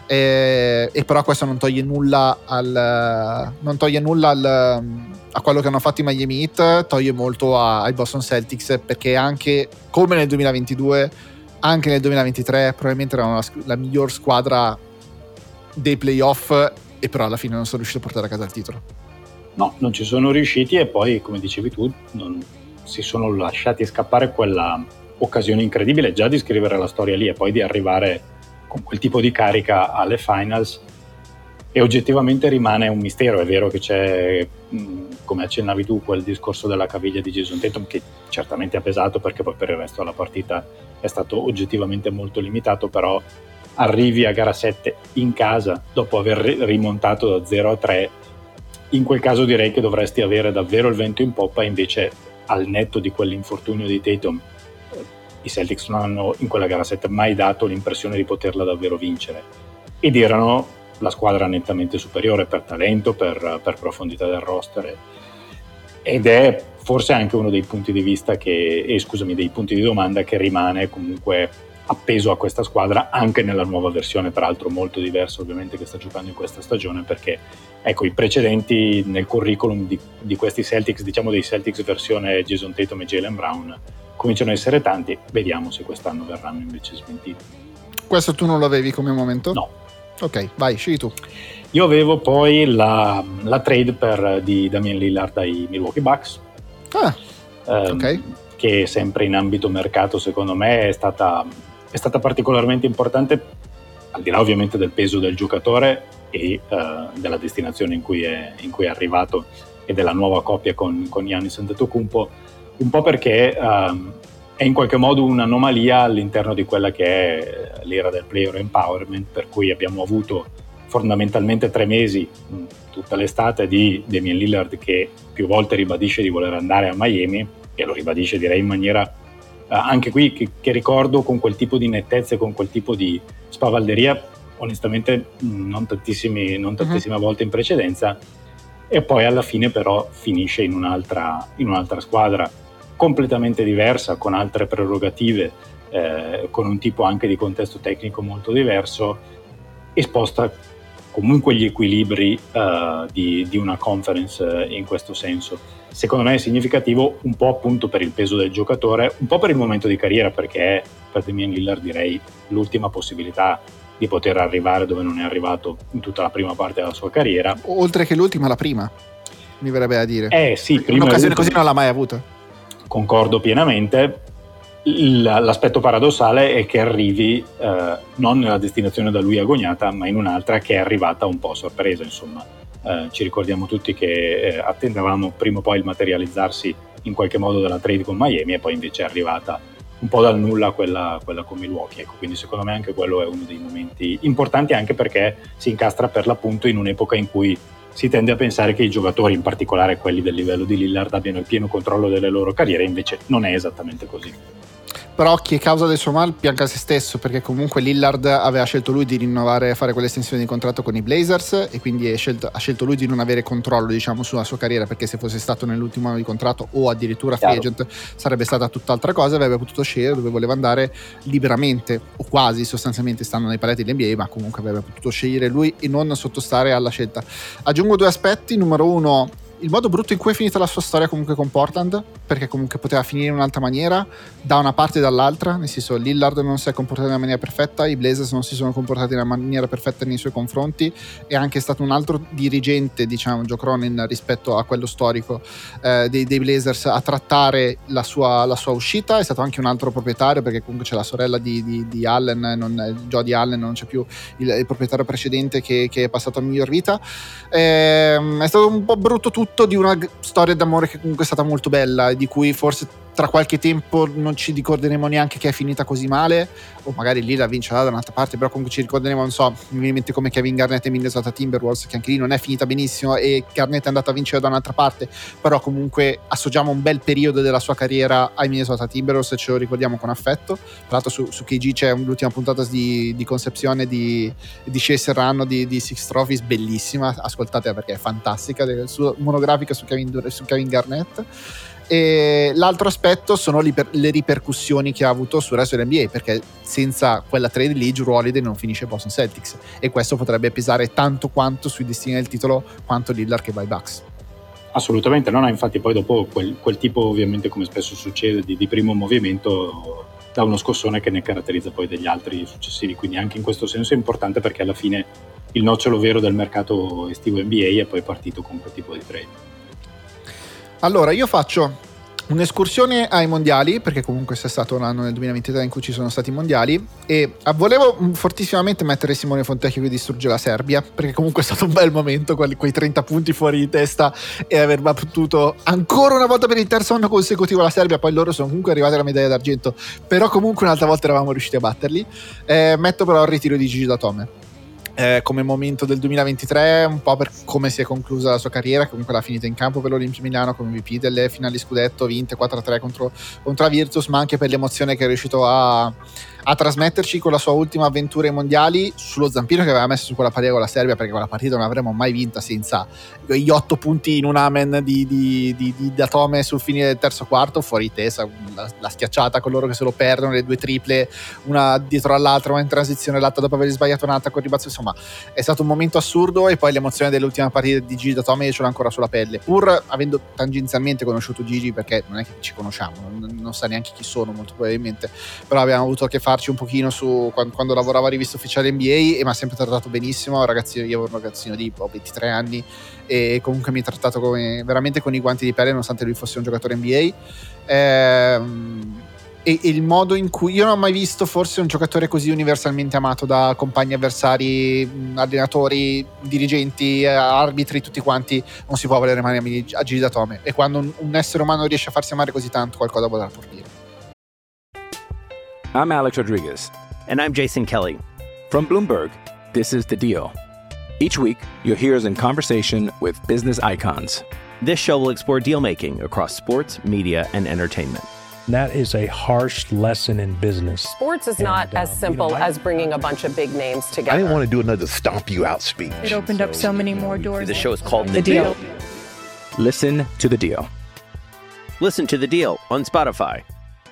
e però questo non toglie nulla a quello che hanno fatto i Miami Heat, toglie molto ai Boston Celtics, perché anche come nel 2022 anche nel 2023 probabilmente erano la miglior squadra dei playoff, e però alla fine non sono riusciti a portare a casa il titolo. No, non ci sono riusciti, e poi come dicevi tu non si sono lasciati scappare quella occasione incredibile già di scrivere la storia lì e poi di arrivare con quel tipo di carica alle finals, e oggettivamente rimane un mistero. È vero che c'è, come accennavi tu, quel discorso della caviglia di Jason Tatum che certamente ha pesato, perché poi per il resto della partita è stato oggettivamente molto limitato, però arrivi a gara 7 in casa dopo aver rimontato da 0-3, in quel caso direi che dovresti avere davvero il vento in poppa, invece al netto di quell'infortunio di Tatum i Celtics non hanno in quella gara 7 mai dato l'impressione di poterla davvero vincere, ed erano la squadra nettamente superiore per talento, per profondità del roster, ed è forse anche uno dei punti di vista dei punti di domanda che rimane comunque appeso a questa squadra anche nella nuova versione, peraltro molto diversa ovviamente, che sta giocando in questa stagione, perché ecco, i precedenti nel curriculum di questi Celtics, diciamo dei Celtics versione Jason Tatum e Jaylen Brown, cominciano a essere tanti. Vediamo se quest'anno verranno invece smentiti. Questo tu non lo avevi come momento? No. Ok, vai, scegli tu. Io avevo poi la trade di Damian Lillard ai Milwaukee Bucks. Ok. Che sempre in ambito mercato secondo me è stata particolarmente importante, al di là ovviamente del peso del giocatore e della destinazione in cui è arrivato e della nuova coppia con Giannis Antetokounmpo, un po' perché è in qualche modo un'anomalia all'interno di quella che è l'era del player empowerment, per cui abbiamo avuto fondamentalmente 3 mesi, tutta l'estate, di Damian Lillard che più volte ribadisce di voler andare a Miami, e lo ribadisce direi in maniera anche qui che ricordo con quel tipo di nettezza e con quel tipo di spavalderia onestamente non tantissime volte in precedenza, e poi alla fine però finisce in un'altra squadra completamente diversa, con altre prerogative, con un tipo anche di contesto tecnico molto diverso, e sposta comunque gli equilibri di una conference in questo senso. Secondo me è significativo un po' appunto per il peso del giocatore, un po' per il momento di carriera, perché è per Damian Lillard direi l'ultima possibilità di poter arrivare dove non è arrivato in tutta la prima parte della sua carriera. Oltre che l'ultima, la prima, mi verrebbe a dire. Sì, prima un'occasione così non l'ha mai avuta. Concordo pienamente. L'aspetto paradossale è che arrivi non nella destinazione da lui agognata, ma in un'altra che è arrivata un po' a sorpresa, insomma. Ci ricordiamo tutti che attendevamo prima o poi il materializzarsi in qualche modo della trade con Miami, e poi invece è arrivata un po' dal nulla quella con Milwaukee, ecco. Quindi secondo me anche quello è uno dei momenti importanti, anche perché si incastra per l'appunto in un'epoca in cui si tende a pensare che i giocatori, in particolare quelli del livello di Lillard, abbiano il pieno controllo delle loro carriere, invece non è esattamente così. Però chi è causa del suo mal pianca se stesso, perché comunque Lillard aveva scelto lui di rinnovare, fare quell'estensione di contratto con i Blazers, e quindi ha scelto lui di non avere controllo, diciamo, sulla sua carriera, perché se fosse stato nell'ultimo anno di contratto o addirittura free agent sarebbe stata tutt'altra cosa. Avrebbe potuto scegliere dove voleva andare liberamente, o quasi, sostanzialmente stando nei paletti dell'NBA, ma comunque avrebbe potuto scegliere lui e non sottostare alla scelta. Aggiungo 2 aspetti. Numero 1, il modo brutto in cui è finita la sua storia comunque con Portland, perché comunque poteva finire in un'altra maniera, da una parte e dall'altra, nel senso Lillard non si è comportato in una maniera perfetta, i Blazers non si sono comportati in una maniera perfetta nei suoi confronti, è anche stato un altro dirigente, diciamo Joe Cronin, rispetto a quello storico dei Blazers a trattare la sua uscita. È stato anche un altro proprietario, perché comunque c'è la sorella di Allen, Jody Allen, non c'è più il proprietario precedente che è passato a miglior vita. È stato un po' brutto tutto di una storia d'amore che comunque è stata molto bella, di cui forse tra qualche tempo non ci ricorderemo neanche che è finita così male, o magari lì la vincerà da un'altra parte, però comunque ci ricorderemo, non so, mi viene in mente come Kevin Garnett e Minnesota Timberwolves, che anche lì non è finita benissimo e Garnett è andato a vincere da un'altra parte, però comunque associamo un bel periodo della sua carriera ai Minnesota Timberwolves e ce lo ricordiamo con affetto. Tra l'altro su KG c'è l'ultima puntata di concezione di Shea Serrano di Six Trophies, bellissima, ascoltatela perché è fantastica, monografica su Kevin Garnett. E l'altro aspetto sono le ripercussioni che ha avuto sul resto dell'NBA, perché senza quella trade lì Jrue Holiday non finisce Boston Celtics, e questo potrebbe pesare tanto quanto sui destini del titolo quanto Lillard che va ai Bucks. Assolutamente, no, infatti poi dopo quel tipo, ovviamente come spesso succede, di primo movimento dà uno scossone che ne caratterizza poi degli altri successivi, quindi anche in questo senso è importante, perché alla fine il nocciolo vero del mercato estivo NBA è poi partito con quel tipo di trade. Allora, io faccio un'escursione ai mondiali, perché comunque c'è stato un anno nel 2023 in cui ci sono stati i mondiali, e volevo fortissimamente mettere Simone Fontecchio che distrugge la Serbia, perché comunque è stato un bel momento, quei 30 punti fuori di testa e aver battuto ancora una volta per il terzo anno consecutivo la Serbia. Poi loro sono comunque arrivati alla medaglia d'argento, però comunque un'altra volta eravamo riusciti a batterli. Metto però il ritiro di Gigi Datome come momento del 2023, un po' per come si è conclusa la sua carriera, che comunque l'ha finita in campo per l'Olimpia Milano come MVP delle finali scudetto vinte 4-3 contro la Virtus, ma anche per l'emozione che è riuscito a trasmetterci con la sua ultima avventura ai mondiali, sullo zampino che aveva messo su quella partita con la Serbia, perché quella partita non avremmo mai vinta senza gli 8 punti in un amen di Datome sul finire del terzo quarto, fuori testa, la schiacciata con loro che se lo perdono, le 2 triple una dietro all'altra, una in transizione, l'altra dopo aver sbagliato un attacco, rimbalzo, insomma è stato un momento assurdo. E poi l'emozione dell'ultima partita di Gigi Datome io ce l'ho ancora sulla pelle, pur avendo tangenzialmente conosciuto Gigi, perché non è che ci conosciamo, non sa neanche chi sono molto probabilmente, però abbiamo avuto a che farci un pochino su quando lavorava a Rivista Ufficiale NBA e mi ha sempre trattato benissimo. Io avevo un ragazzino di 23 anni e comunque mi ha trattato veramente con i guanti di pelle, nonostante lui fosse un giocatore NBA. E il modo in cui io non ho mai visto forse un giocatore così universalmente amato da compagni avversari, allenatori, dirigenti, arbitri, tutti quanti. Non si può volere male a Gigi Datome, e quando un essere umano riesce a farsi amare così tanto, qualcosa potrà pur dire. I'm Alex Rodriguez. And I'm Jason Kelly. From Bloomberg, this is The Deal. Each week, you'll hear us in conversation with business icons. This show will explore deal-making across sports, media, and entertainment. That is a harsh lesson in business. Sports is not as simple as bringing a bunch of big names together. I didn't want to do another stomp you out speech. It opened up so many more doors. The show is called The Deal. Listen to The Deal. Listen to The Deal on Spotify.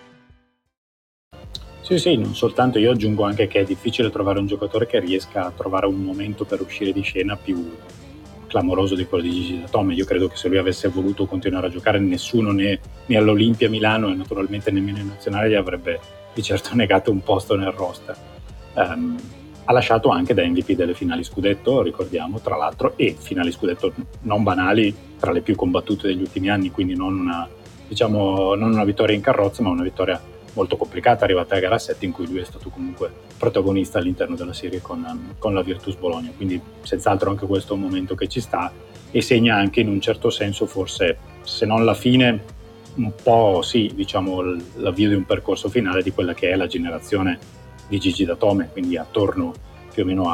Sì, non soltanto, io aggiungo anche che è difficile trovare un giocatore che riesca a trovare un momento per uscire di scena più clamoroso di quello di Gigi Datome. Io credo che se lui avesse voluto continuare a giocare, nessuno né all'Olimpia Milano e naturalmente nemmeno in nazionale gli avrebbe di certo negato un posto nel roster. Ha lasciato anche da MVP delle finali scudetto, ricordiamo, tra l'altro, e finali scudetto non banali, tra le più combattute degli ultimi anni, quindi non una vittoria in carrozza, ma una vittoria molto complicata, arrivata a gara 7, in cui lui è stato comunque protagonista all'interno della serie con la Virtus Bologna. Quindi senz'altro anche questo è un momento che ci sta e segna anche in un certo senso, forse se non la fine, un po' sì, diciamo l'avvio di un percorso finale di quella che è la generazione di Gigi Datome, quindi attorno più o meno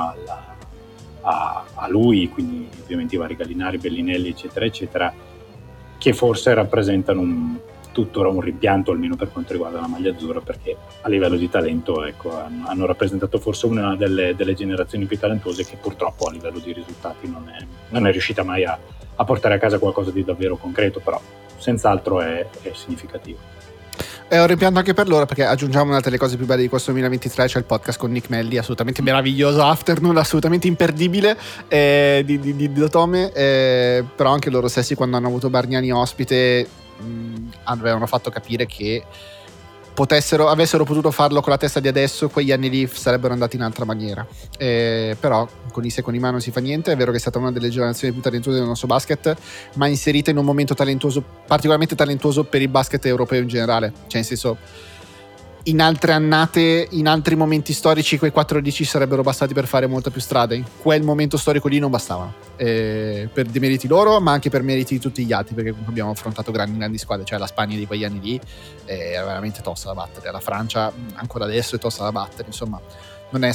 a lui, quindi ovviamente i vari Gallinari, Bellinelli eccetera eccetera, che forse rappresentano tuttora un rimpianto, almeno per quanto riguarda la maglia azzurra, perché a livello di talento hanno rappresentato forse una delle generazioni più talentuose, che purtroppo a livello di risultati non è riuscita mai a portare a casa qualcosa di davvero concreto, però senz'altro è significativo. È un rimpianto anche per loro, perché aggiungiamo una delle cose più belle di questo 2023, c'è il podcast con Nick Melli, assolutamente meraviglioso, Afternoon, assolutamente imperdibile, di Dotome, però anche loro stessi quando hanno avuto Bargnani ospite avevano fatto capire che avessero potuto farlo con la testa di adesso, quegli anni lì sarebbero andati in altra maniera, però con i secoli in mano non si fa niente. È vero che è stata una delle generazioni più talentuose del nostro basket, ma inserita in un momento talentuoso, particolarmente talentuoso per il basket europeo in generale, cioè in senso, in altre annate, in altri momenti storici quei 14 sarebbero bastati per fare molta più strada, in quel momento storico lì non bastavano, per demeriti loro ma anche per meriti di tutti gli altri, perché comunque abbiamo affrontato grandi squadre, cioè la Spagna di quegli anni lì è veramente tosta da battere, la Francia ancora adesso è tosta da battere, insomma non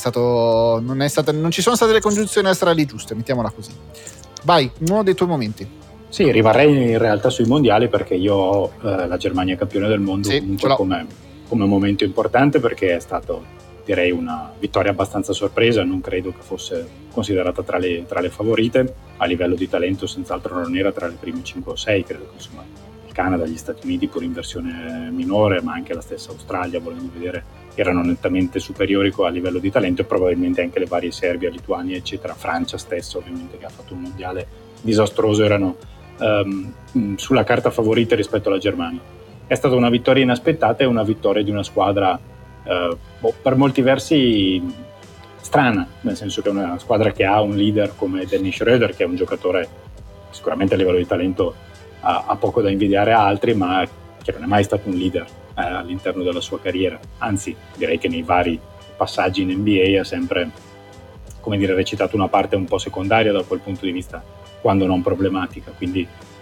ci sono state le congiunzioni astrali giuste, mettiamola così. Vai, uno dei tuoi momenti. Sì, rimarrei in realtà sui mondiali, perché io ho la Germania campione del mondo, sì, comunque come momento importante, perché è stato, direi, una vittoria abbastanza sorpresa, non credo che fosse considerata tra le favorite, a livello di talento senz'altro non era tra le prime 5 o 6, credo che insomma il Canada, gli Stati Uniti pur in versione minore, ma anche la stessa Australia, volendo vedere, erano nettamente superiori a livello di talento, e probabilmente anche le varie Serbia, Lituania eccetera, Francia stessa ovviamente che ha fatto un mondiale disastroso, erano sulla carta favorite rispetto alla Germania. È stata una vittoria inaspettata e una vittoria di una squadra per molti versi strana, nel senso che è una squadra che ha un leader come Dennis Schröder, che è un giocatore sicuramente a livello di talento ha poco da invidiare a altri, ma che non è mai stato un leader all'interno della sua carriera, anzi direi che nei vari passaggi in NBA ha sempre, come dire, recitato una parte un po' secondaria da quel punto di vista, quando non problematica, quindi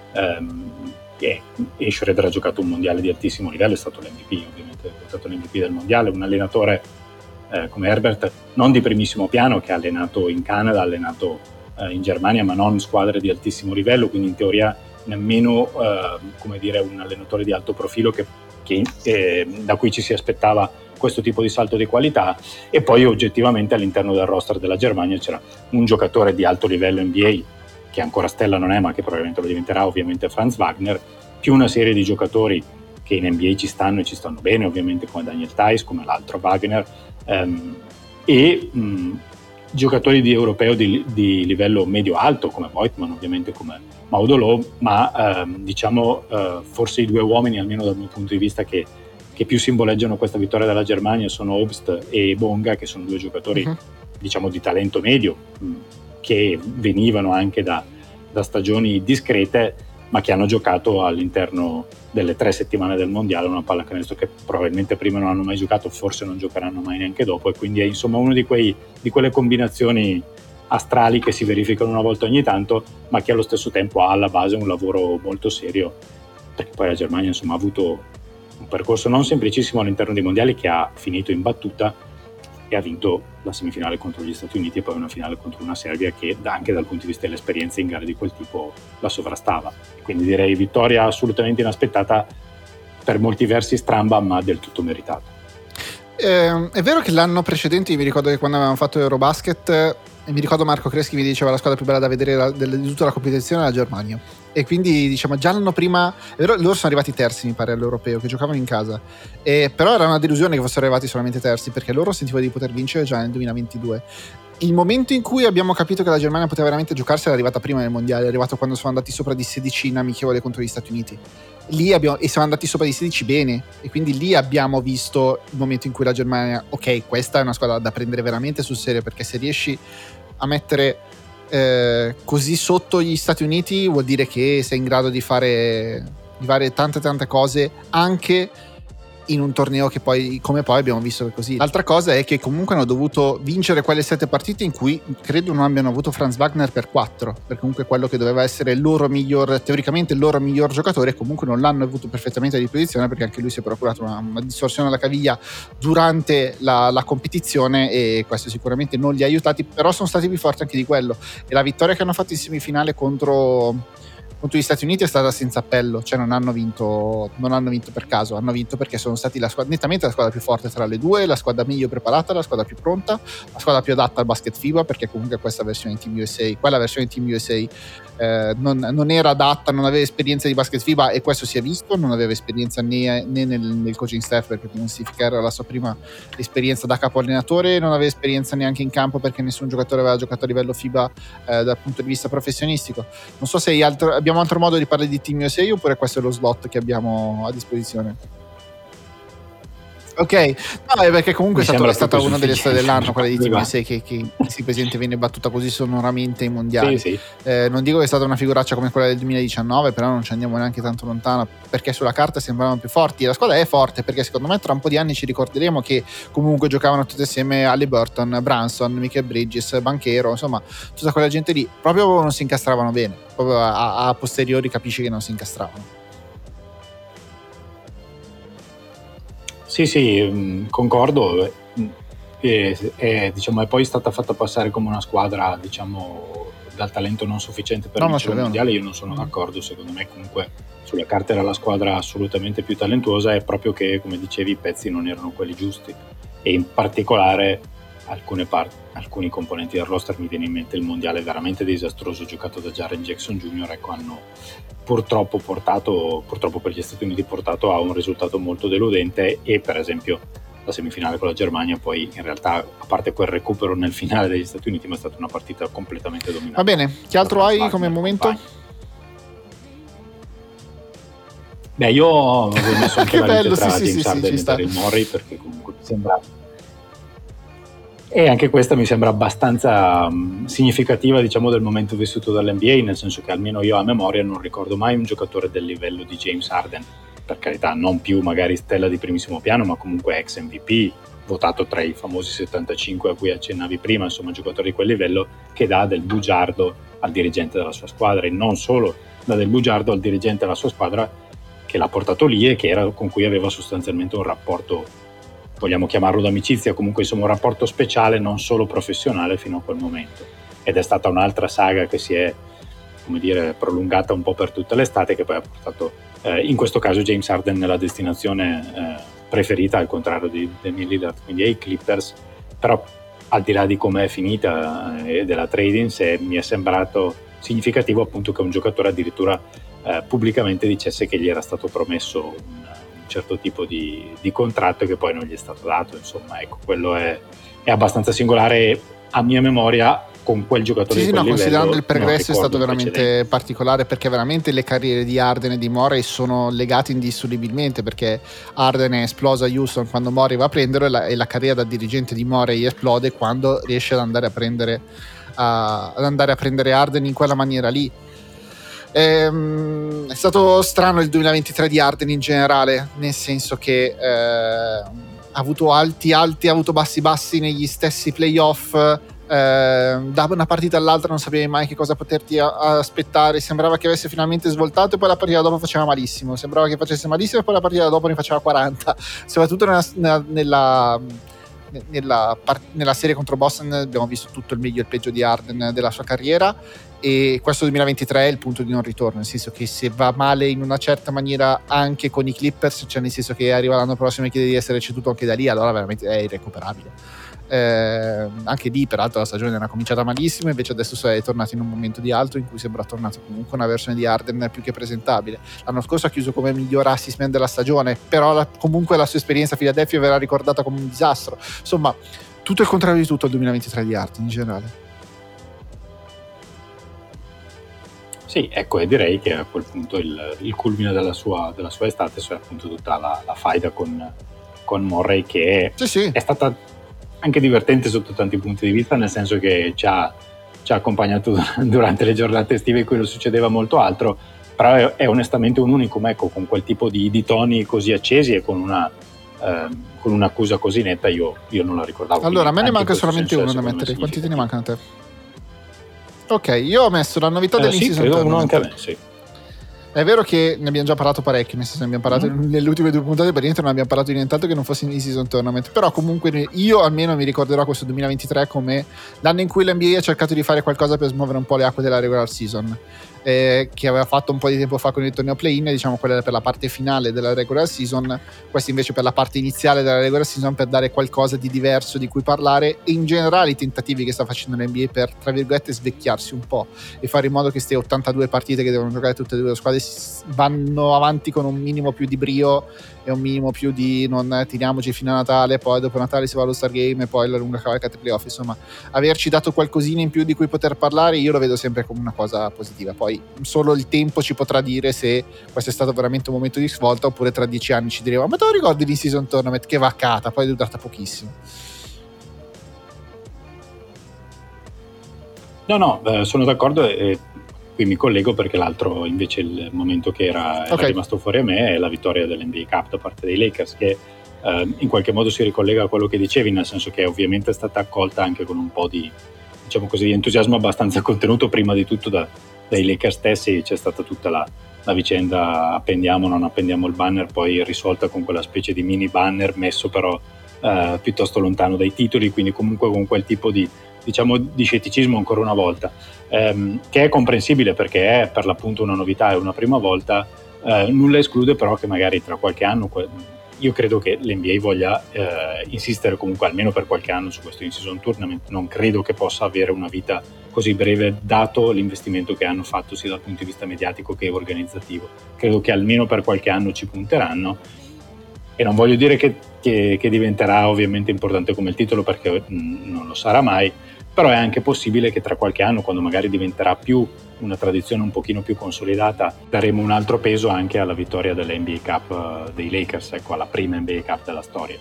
e Schröder ha giocato un mondiale di altissimo livello, è stato l'MVP, ovviamente è stato l'MVP del mondiale, un allenatore come Herbert non di primissimo piano, che ha allenato in Canada, ha allenato in Germania, ma non squadre di altissimo livello, quindi in teoria nemmeno come dire un allenatore di alto profilo da cui ci si aspettava questo tipo di salto di qualità. E poi oggettivamente all'interno del roster della Germania c'era un giocatore di alto livello NBA, che ancora stella non è, ma che probabilmente lo diventerà, ovviamente Franz Wagner, più una serie di giocatori che in NBA ci stanno bene, ovviamente, come Daniel Theis, come l'altro Wagner, e giocatori di europeo di livello medio-alto, come Voigtman, ovviamente, come Maudolò, ma forse i due uomini, almeno dal mio punto di vista, che più simboleggiano questa vittoria della Germania sono Obst e Bonga, che sono due giocatori di talento medio, che venivano anche da stagioni discrete, ma che hanno giocato all'interno delle 3 settimane del mondiale una pallacanestro che probabilmente prima non hanno mai giocato, forse non giocheranno mai neanche dopo, e quindi è insomma uno di quelle combinazioni astrali che si verificano una volta ogni tanto, ma che allo stesso tempo ha alla base un lavoro molto serio, perché poi la Germania insomma ha avuto un percorso non semplicissimo all'interno dei mondiali, che ha finito in battuta e ha vinto la semifinale contro gli Stati Uniti e poi una finale contro una Serbia che anche dal punto di vista dell'esperienza in gare di quel tipo la sovrastava. Quindi direi vittoria assolutamente inaspettata, per molti versi stramba, ma del tutto meritata. È vero che l'anno precedente, mi ricordo che quando avevamo fatto Eurobasket, mi ricordo Marco Creschi mi diceva la squadra più bella da vedere di tutta la competizione è la Germania, e quindi diciamo già l'anno prima, è vero, loro sono arrivati terzi mi pare all'europeo, che giocavano in casa, però era una delusione che fossero arrivati solamente terzi, perché loro sentivano di poter vincere già nel 2022. Il momento in cui abbiamo capito che la Germania poteva veramente giocarsi era arrivata prima nel mondiale, è arrivato quando sono andati sopra di 16 in amichevole contro gli Stati Uniti. E siamo andati sopra di 16 bene, e quindi lì abbiamo visto il momento in cui la Germania, ok, questa è una squadra da prendere veramente sul serio, perché se riesci a mettere così sotto gli Stati Uniti vuol dire che sei in grado di fare tante cose anche in un torneo che poi, come poi abbiamo visto che così. L'altra cosa è che comunque hanno dovuto vincere quelle 7 partite in cui credo non abbiano avuto Franz Wagner per 4, perché comunque quello che doveva essere il loro miglior, teoricamente il loro miglior giocatore, comunque non l'hanno avuto perfettamente a disposizione, perché anche lui si è procurato una distorsione alla caviglia durante la competizione, e questo sicuramente non li ha aiutati, però sono stati più forti anche di quello, e la vittoria che hanno fatto in semifinale contro gli Stati Uniti è stata senza appello, cioè non hanno vinto per caso, hanno vinto perché sono stati nettamente la squadra più forte tra le due, la squadra meglio preparata, la squadra più pronta, la squadra più adatta al basket FIBA, perché comunque quella versione Team USA non era adatta, non aveva esperienza di basket FIBA, e questo si è visto. Non aveva esperienza né nel coaching staff, perché era la sua prima esperienza da capo allenatore, non aveva esperienza neanche in campo perché nessun giocatore aveva giocato a livello FIBA dal punto di vista professionistico. Non so se abbiamo altro modo di parlare di Team USA oppure questo è lo slot che abbiamo a disposizione. Ok, no, è perché comunque è stata una delle storie dell'anno, quella di Team USA, che sì, presente viene battuta così sonoramente ai mondiali. Sì. Non dico che è stata una figuraccia come quella del 2019, però non ci andiamo neanche tanto lontano, perché sulla carta sembravano più forti, e la squadra è forte, perché secondo me tra un po' di anni ci ricorderemo che comunque giocavano tutti assieme Haliburton, Branson, Michael Bridges, Banchero, insomma tutta quella gente lì, proprio non si incastravano bene, proprio a posteriori capisci che non si incastravano. Sì, concordo. Diciamo, è poi stata fatta passare come una squadra, diciamo, dal talento non sufficiente per vincere il mondiale. Io non sono d'accordo. Secondo me comunque sulla carta era la squadra assolutamente più talentuosa, è proprio che, come dicevi, i pezzi non erano quelli giusti, e in particolare alcuni componenti del roster. Mi viene in mente il mondiale veramente disastroso giocato da Jaren Jackson Jr. Ecco, hanno purtroppo per gli Stati Uniti portato a un risultato molto deludente, e per esempio la semifinale con la Germania poi in realtà, a parte quel recupero nel finale degli Stati Uniti, ma è stata una partita completamente dominata. Va bene, che altro hai come momento? Beh, io avevo messo anche la lite tra James Harden e Daryl Morey, perché comunque mi sembra, e anche questa mi sembra abbastanza significativa, diciamo, del momento vissuto dall'NBA, nel senso che almeno io a memoria non ricordo mai un giocatore del livello di James Harden, per carità non più magari stella di primissimo piano, ma comunque ex MVP, votato tra i famosi 75 a cui accennavi prima, insomma giocatore di quel livello, che dà del bugiardo al dirigente della sua squadra, e non solo dà del bugiardo al dirigente della sua squadra che l'ha portato lì e con cui aveva sostanzialmente un rapporto, vogliamo chiamarlo d'amicizia, comunque insomma un rapporto speciale, non solo professionale fino a quel momento. Ed è stata un'altra saga che si è, come dire, prolungata un po' per tutta l'estate, che poi ha portato in questo caso James Harden nella destinazione preferita, al contrario di Damian Lillard, quindi ai Clippers. Però al di là di come è finita e della trade in sé, mi è sembrato significativo appunto che un giocatore addirittura pubblicamente dicesse che gli era stato promesso un certo tipo di contratto che poi non gli è stato dato. Insomma, ecco, quello è abbastanza singolare a mia memoria. Con quel giocatore di quel livello, considerando il progresso, è stato veramente particolare, perché veramente le carriere di Harden e di Morey sono legate indissolubilmente, perché Harden è esplosa a Houston quando Morey va a prenderlo, e la carriera da dirigente di Morey esplode quando riesce ad andare a prendere Harden in quella maniera lì. È stato strano il 2023 di Harden in generale, nel senso che ha avuto alti, ha avuto bassi negli stessi playoff. Da una partita all'altra non sapevi mai che cosa poterti aspettare. Sembrava che avesse finalmente svoltato, e poi la partita dopo faceva malissimo. Sembrava che facesse malissimo, e poi la partita dopo ne faceva 40. Soprattutto nella serie contro Boston abbiamo visto tutto il meglio e il peggio di Harden della sua carriera, e questo 2023 è il punto di non ritorno, nel senso che se va male in una certa maniera anche con i Clippers, cioè nel senso che arriva l'anno prossimo e chiede di essere ceduto anche da lì, allora veramente è irrecuperabile. Anche lì peraltro la stagione era cominciata malissimo, invece adesso è tornato in un momento di alto in cui sembra tornato comunque una versione di Harden più che presentabile. L'anno scorso ha chiuso come miglior assist man della stagione, però comunque la sua esperienza a Philadelphia verrà ricordata come un disastro. Insomma, tutto il contrario di tutto il 2023 di Harden in generale. Sì, ecco, e direi che a quel punto il culmine della sua estate è appunto tutta la faida con Morey, che è stata anche divertente sotto tanti punti di vista, nel senso che ci ha accompagnato durante le giornate estive in cui non succedeva molto altro, però è onestamente un unicum, ecco, con quel tipo di toni così accesi e con un'accusa così netta io non la ricordavo. Allora, a me ne manca solamente uno da mettere. Quanti te ne mancano a te? Ok, io ho messo la novità dell'in-season tournament. Uno anche a me, sì. È vero che ne abbiamo già parlato parecchio, nel senso ne abbiamo parlato nelle ultime 2 puntate, per niente non abbiamo parlato di nient'altro che non fosse in season tournament, però comunque io almeno mi ricorderò questo 2023 come l'anno in cui l'NBA ha cercato di fare qualcosa per smuovere un po' le acque della regular season, che aveva fatto un po' di tempo fa con il torneo play-in, diciamo quella per la parte finale della regular season, questo invece per la parte iniziale della regular season, per dare qualcosa di diverso di cui parlare, e in generale i tentativi che sta facendo l'NBA per, tra virgolette, svecchiarsi un po' e fare in modo che queste 82 partite che devono giocare tutte e due le squadre vanno avanti con un minimo più di brio e un minimo più di non tiriamoci fino a Natale, poi dopo Natale si va allo Star Game e poi la lunga cavalcata playoff. Insomma, averci dato qualcosina in più di cui poter parlare io lo vedo sempre come una cosa positiva. Poi solo il tempo ci potrà dire se questo è stato veramente un momento di svolta, oppure tra 10 anni ci diremo ma te lo ricordi di season tournament, che vaccata, poi è durata pochissimo. No, sono d'accordo e qui mi collego perché l'altro invece il momento che era rimasto fuori a me è la vittoria dell'NBA Cup da parte dei Lakers, che in qualche modo si ricollega a quello che dicevi, nel senso che ovviamente è stata accolta anche con un po' di, diciamo così, di entusiasmo abbastanza contenuto prima di tutto dai Lakers stessi. C'è stata tutta la vicenda appendiamo o non appendiamo il banner, poi risolta con quella specie di mini banner messo però piuttosto lontano dai titoli, quindi comunque con quel tipo di, diciamo, di scetticismo ancora una volta, che è comprensibile perché è per l'appunto una novità e una prima volta. Nulla esclude però che magari tra qualche anno, io credo che l'NBA voglia insistere comunque almeno per qualche anno su questo in-season tournament. Non credo che possa avere una vita così breve dato l'investimento che hanno fatto sia dal punto di vista mediatico che organizzativo. Credo che almeno per qualche anno ci punteranno, e non voglio dire che diventerà ovviamente importante come il titolo, perché non lo sarà mai, però è anche possibile che tra qualche anno, quando magari diventerà più una tradizione un pochino più consolidata, daremo un altro peso anche alla vittoria dell'NBA Cup dei Lakers, ecco, alla prima NBA Cup della storia.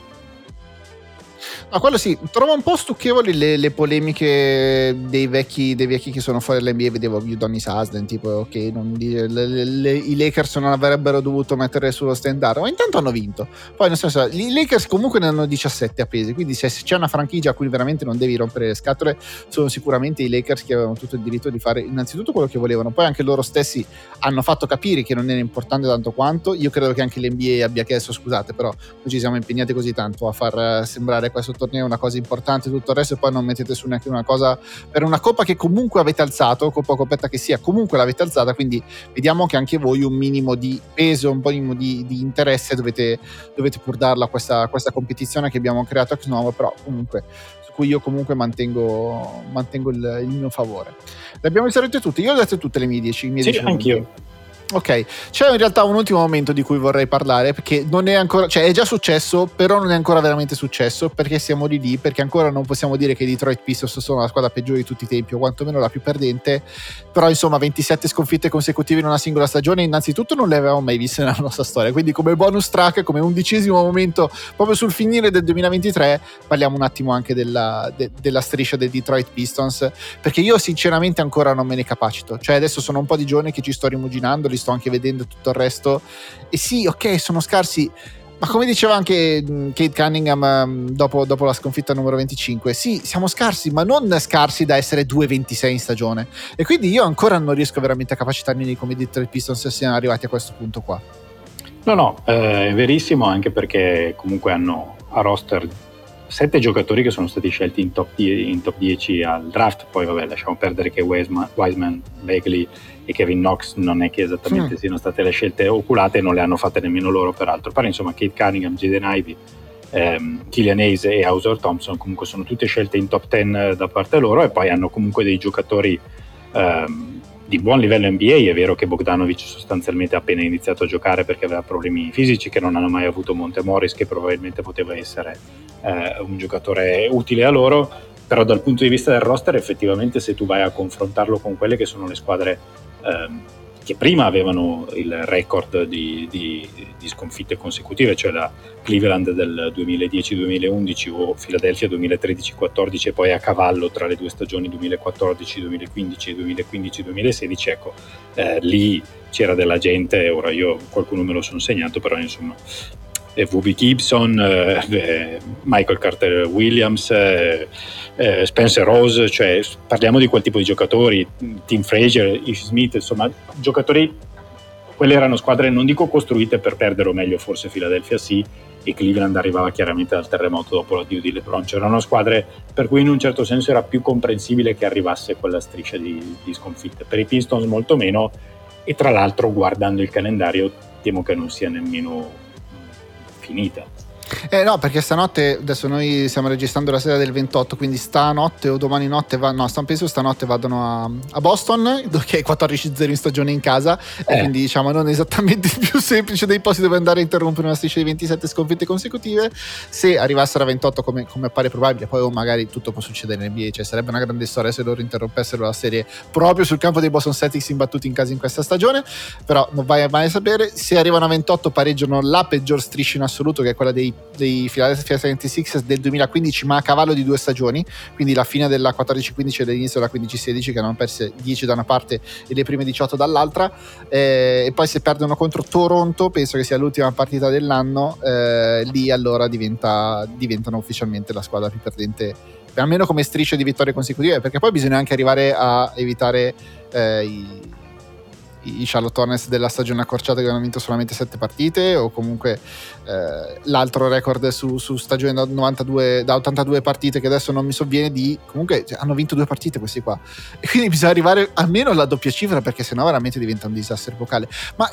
No, quello sì, trovo un po' stucchevoli le polemiche dei vecchi che sono fuori dall'NBA. Vedevo Udonis Haslem tipo ok, i Lakers non avrebbero dovuto mettere sullo standard, ma intanto hanno vinto. Poi nel senso, i Lakers comunque ne hanno 17 appesi, quindi se c'è una franchigia a cui veramente non devi rompere le scatole sono sicuramente i Lakers, che avevano tutto il diritto di fare innanzitutto quello che volevano. Poi anche loro stessi hanno fatto capire che non era importante tanto quanto. Io credo che anche l'NBA abbia chiesto scusate, però noi ci siamo impegnati così tanto a far sembrare questo torneo una cosa importante, tutto il resto, e poi non mettete su neanche una cosa per una coppa che comunque avete alzato, coppetta che sia, comunque l'avete alzata, quindi vediamo che anche voi un minimo di peso, un po' di interesse dovete pur darla a questa competizione che abbiamo creato a Knovo, però comunque su cui io comunque mantengo il mio favore. Le abbiamo inserite tutte, io ho detto tutte le mie 10. Sì, anch'io. Ok, c'è in realtà un ultimo momento di cui vorrei parlare, perché non è ancora, cioè è già successo, però non è ancora veramente successo, perché siamo lì, perché ancora non possiamo dire che i Detroit Pistons sono la squadra peggiore di tutti i tempi, o quantomeno la più perdente, però insomma 27 sconfitte consecutive in una singola stagione innanzitutto non le avevamo mai viste nella nostra storia, quindi come bonus track, come 11° momento proprio sul finire del 2023 parliamo un attimo anche della striscia dei Detroit Pistons, perché io sinceramente ancora non me ne capacito, cioè adesso sono un po' di giorni che ci sto rimuginando, sto anche vedendo tutto il resto, e sì, ok, sono scarsi, ma come diceva anche Kate Cunningham dopo la sconfitta numero 25, sì, siamo scarsi, ma non scarsi da essere 2-26 in stagione, e quindi io ancora non riesco veramente a capacitarmi come Detroit Pistons siano arrivati a questo punto qua. No, è verissimo, anche perché comunque hanno a roster 7 giocatori che sono stati scelti in top 10 al draft. Poi vabbè, lasciamo perdere che Wiseman, Bagley e Kevin Knox non è che esattamente siano state le scelte oculate, non le hanno fatte nemmeno loro peraltro, però insomma Kate Cunningham, Jaden Ivey, Killian Hayes e Ausar Thompson comunque sono tutte scelte in top 10 da parte loro, e poi hanno comunque dei giocatori di buon livello NBA. È vero che Bogdanovic sostanzialmente ha appena iniziato a giocare perché aveva problemi fisici che non hanno mai avuto Monte Morris, che probabilmente poteva essere un giocatore utile a loro, però dal punto di vista del roster effettivamente, se tu vai a confrontarlo con quelle che sono le squadre che prima avevano il record di sconfitte consecutive, cioè la Cleveland del 2010-2011 o Philadelphia 2013-14 e poi a cavallo tra le due stagioni 2014-2015 e 2015-2016, ecco, lì c'era della gente, ora io qualcuno me lo sono segnato, però insomma V.B. Gibson, Michael Carter Williams, Spencer Rose, cioè parliamo di quel tipo di giocatori, Tim Frazier, Ish Smith, insomma giocatori quelle erano squadre, non dico costruite per perdere, o meglio forse Philadelphia sì, e Cleveland arrivava chiaramente dal terremoto dopo l'addio di LeBron. C'erano squadre per cui in un certo senso era più comprensibile che arrivasse quella striscia di sconfitte. Per i Pistons molto meno, e tra l'altro guardando il calendario temo che non sia nemmeno finita. No, perché stanotte, adesso noi stiamo registrando la sera del 28, quindi stanotte o domani notte penso stanotte vadano a Boston, che è 14-0 in stagione in casa, e quindi diciamo non esattamente il più semplice dei posti dove andare a interrompere una striscia di 27 sconfitte consecutive. Se arrivassero a 28 come appare probabile, poi magari tutto può succedere in NBA, cioè sarebbe una grande storia se loro interrompessero la serie proprio sul campo dei Boston Celtics imbattuti in casa in questa stagione, però non vai mai a sapere. Se arrivano a 28 pareggiano la peggior striscia in assoluto, che è quella dei Philadelphia 76ers del 2015, ma a cavallo di 2 stagioni, quindi la fine della 14-15 e l'inizio della 15-16, che hanno perse 10 da una parte e le prime 18 dall'altra, e poi se perdono contro Toronto, penso che sia l'ultima partita dell'anno, lì allora diventano ufficialmente la squadra più perdente, almeno come striscia di vittorie consecutive, perché poi bisogna anche arrivare a evitare i Charlotte Hornets della stagione accorciata, che hanno vinto solamente 7 partite, o comunque l'altro record su stagione da 82 partite, che adesso non mi sovviene, comunque hanno vinto 2 partite questi qua, e quindi bisogna arrivare almeno alla doppia cifra, perché sennò veramente diventa un disastro epocale. Ma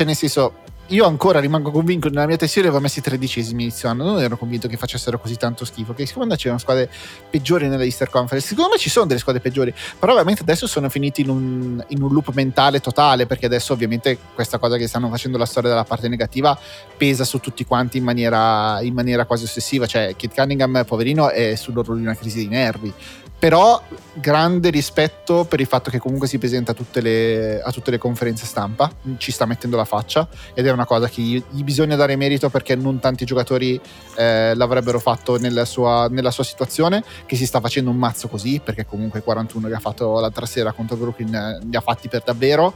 io ancora rimango convinto, nella mia tessera avevo messi 13esimi inizio anno, non ero convinto che facessero così tanto schifo, che secondo me c'erano squadre peggiori nella Eastern Conference, secondo me ci sono delle squadre peggiori, però ovviamente adesso sono finiti in un loop mentale totale, perché adesso ovviamente questa cosa che stanno facendo la storia della parte negativa pesa su tutti quanti in maniera quasi ossessiva, cioè Kate Cunningham poverino è sull'orlo di una crisi di nervi, però grande rispetto per il fatto che comunque si presenta a tutte le conferenze stampa, ci sta mettendo la faccia, ed è una cosa che gli bisogna dare merito, perché non tanti giocatori l'avrebbero fatto nella sua situazione, che si sta facendo un mazzo così, perché comunque 41 che ha fatto l'altra sera contro Brooklyn li ha fatti per davvero,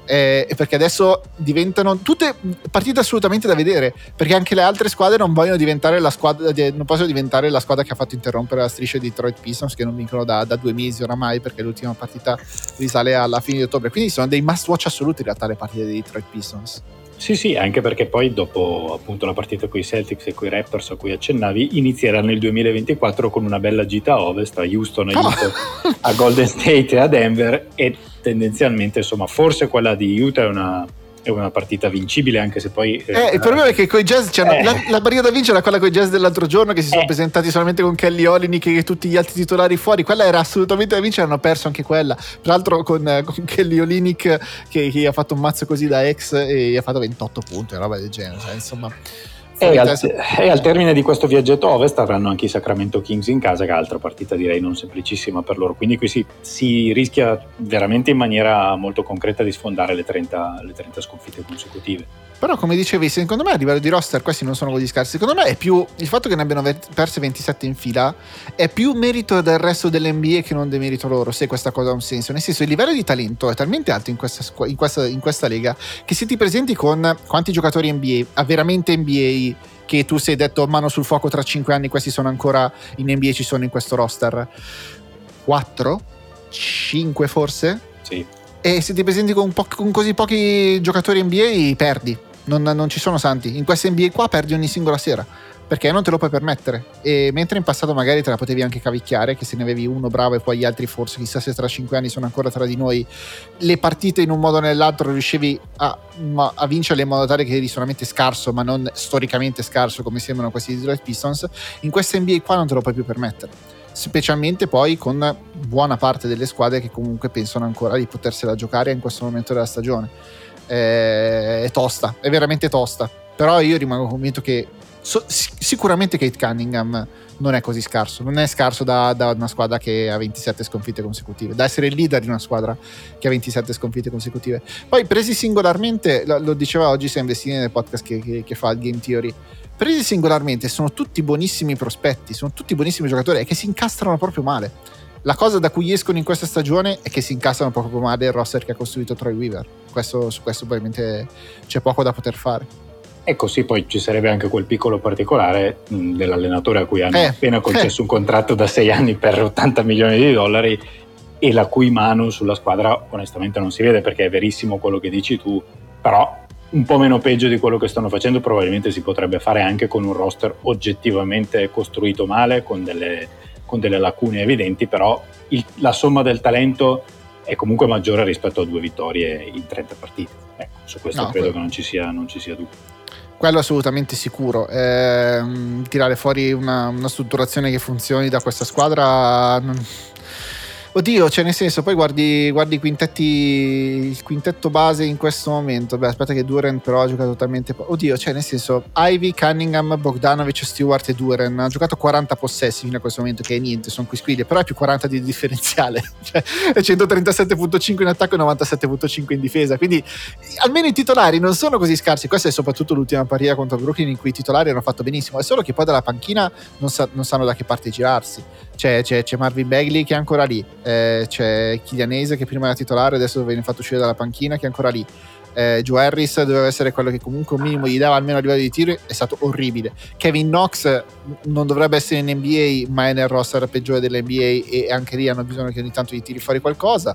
e perché adesso diventano tutte partite assolutamente da vedere, perché anche le altre squadre non vogliono diventare non possono diventare la squadra che ha fatto interrompere la striscia di Detroit Pistons, che non vincono da 2 mesi oramai, perché l'ultima partita risale alla fine di ottobre, quindi sono dei must watch assoluti in realtà le partite dei Detroit Pistons. Sì, anche perché poi dopo appunto la partita con i Celtics e con i Raptors a cui accennavi, inizierà nel 2024 con una bella gita a ovest, a Houston, a Golden State e a Denver, e tendenzialmente insomma forse quella di Utah è una partita vincibile, anche se poi il problema è che coi Jazz la partita da vincere era quella con i Jazz dell'altro giorno, che si sono presentati solamente con Kelly Olynyk e tutti gli altri titolari fuori, quella era assolutamente da vincere, hanno perso anche quella, tra l'altro con Kelly Olynyk che ha fatto un mazzo così da ex e ha fatto 28 punti, una roba del genere, cioè, insomma. E al termine di questo viaggetto a ovest avranno anche i Sacramento Kings in casa, che è altra partita direi non semplicissima per loro, quindi qui si rischia veramente in maniera molto concreta di sfondare le 30 sconfitte consecutive. Però come dicevi, secondo me a livello di roster questi non sono così scarsi, secondo me è più il fatto che ne abbiano perse 27 in fila è più merito del resto dell'NBA che non demerito loro, se questa cosa ha un senso, nel senso il livello di talento è talmente alto in questa lega, che se ti presenti con quanti giocatori NBA, veramente NBA, che tu sei detto mano sul fuoco, tra 5 anni questi sono ancora in NBA, ci sono in questo roster 4? 5 forse? Sì. E se ti presenti con così pochi giocatori NBA perdi, non ci sono santi, in questa NBA qua perdi ogni singola sera, perché non te lo puoi permettere, e mentre in passato magari te la potevi anche cavicchiare, che se ne avevi uno bravo e poi gli altri forse chissà se tra 5 anni sono ancora tra di noi, le partite in un modo o nell'altro riuscivi a vincerle in modo tale che eri solamente scarso ma non storicamente scarso come sembrano questi Detroit Pistons, in questa NBA qua non te lo puoi più permettere, specialmente poi con buona parte delle squadre che comunque pensano ancora di potersela giocare in questo momento della stagione. È tosta, è veramente tosta, però io rimango convinto che sicuramente Kate Cunningham non è così scarso, non è scarso da una squadra che ha 27 sconfitte consecutive, da essere il leader di una squadra che ha 27 sconfitte consecutive. Poi presi singolarmente, lo diceva oggi Sam Vestini nel podcast che fa il Game Theory, presi singolarmente sono tutti buonissimi prospetti, sono tutti buonissimi giocatori, e che si incastrano proprio male. La cosa da cui escono in questa stagione è che si incastrano proprio male il roster che ha costruito Troy Weaver. Su questo probabilmente c'è poco da poter fare. Ecco, sì, poi ci sarebbe anche quel piccolo particolare dell'allenatore a cui hanno appena concesso un contratto da 6 anni per $80 milioni, e la cui mano sulla squadra onestamente non si vede, perché è verissimo quello che dici tu, però un po' meno peggio di quello che stanno facendo probabilmente si potrebbe fare anche con un roster oggettivamente costruito male, con delle lacune evidenti, però la somma del talento è comunque maggiore rispetto a 2 vittorie in 30 partite. Ecco, su questo credo che non ci sia dubbio. Quello assolutamente sicuro. Tirare fuori una strutturazione che funzioni da questa squadra oddio, cioè nel senso, poi guardi il quintetto base in questo momento. Beh, aspetta che Duren però ha giocato talmente oddio, cioè nel senso, Ivy, Cunningham, Bogdanovic, Stewart e Duren ha giocato 40 possessi fino a questo momento, che è niente, sono quisquiglie, però è più 40 di differenziale, cioè è 137.5 in attacco e 97.5 in difesa, quindi almeno i titolari non sono così scarsi. Questa è soprattutto l'ultima partita contro Brooklyn in cui i titolari hanno fatto benissimo, è solo che poi dalla panchina non sanno da che parte girarsi. C'è Marvin Bagley che è ancora lì, c'è Killian Hayes che prima era titolare, adesso viene fatto uscire dalla panchina, che è ancora lì. Joe Harris doveva essere quello che comunque un minimo gli dava almeno a livello di tiro, è stato orribile. Kevin Knox non dovrebbe essere in NBA, ma è nel roster peggiore dell'NBA e anche lì hanno bisogno che ogni tanto gli tiri fuori qualcosa.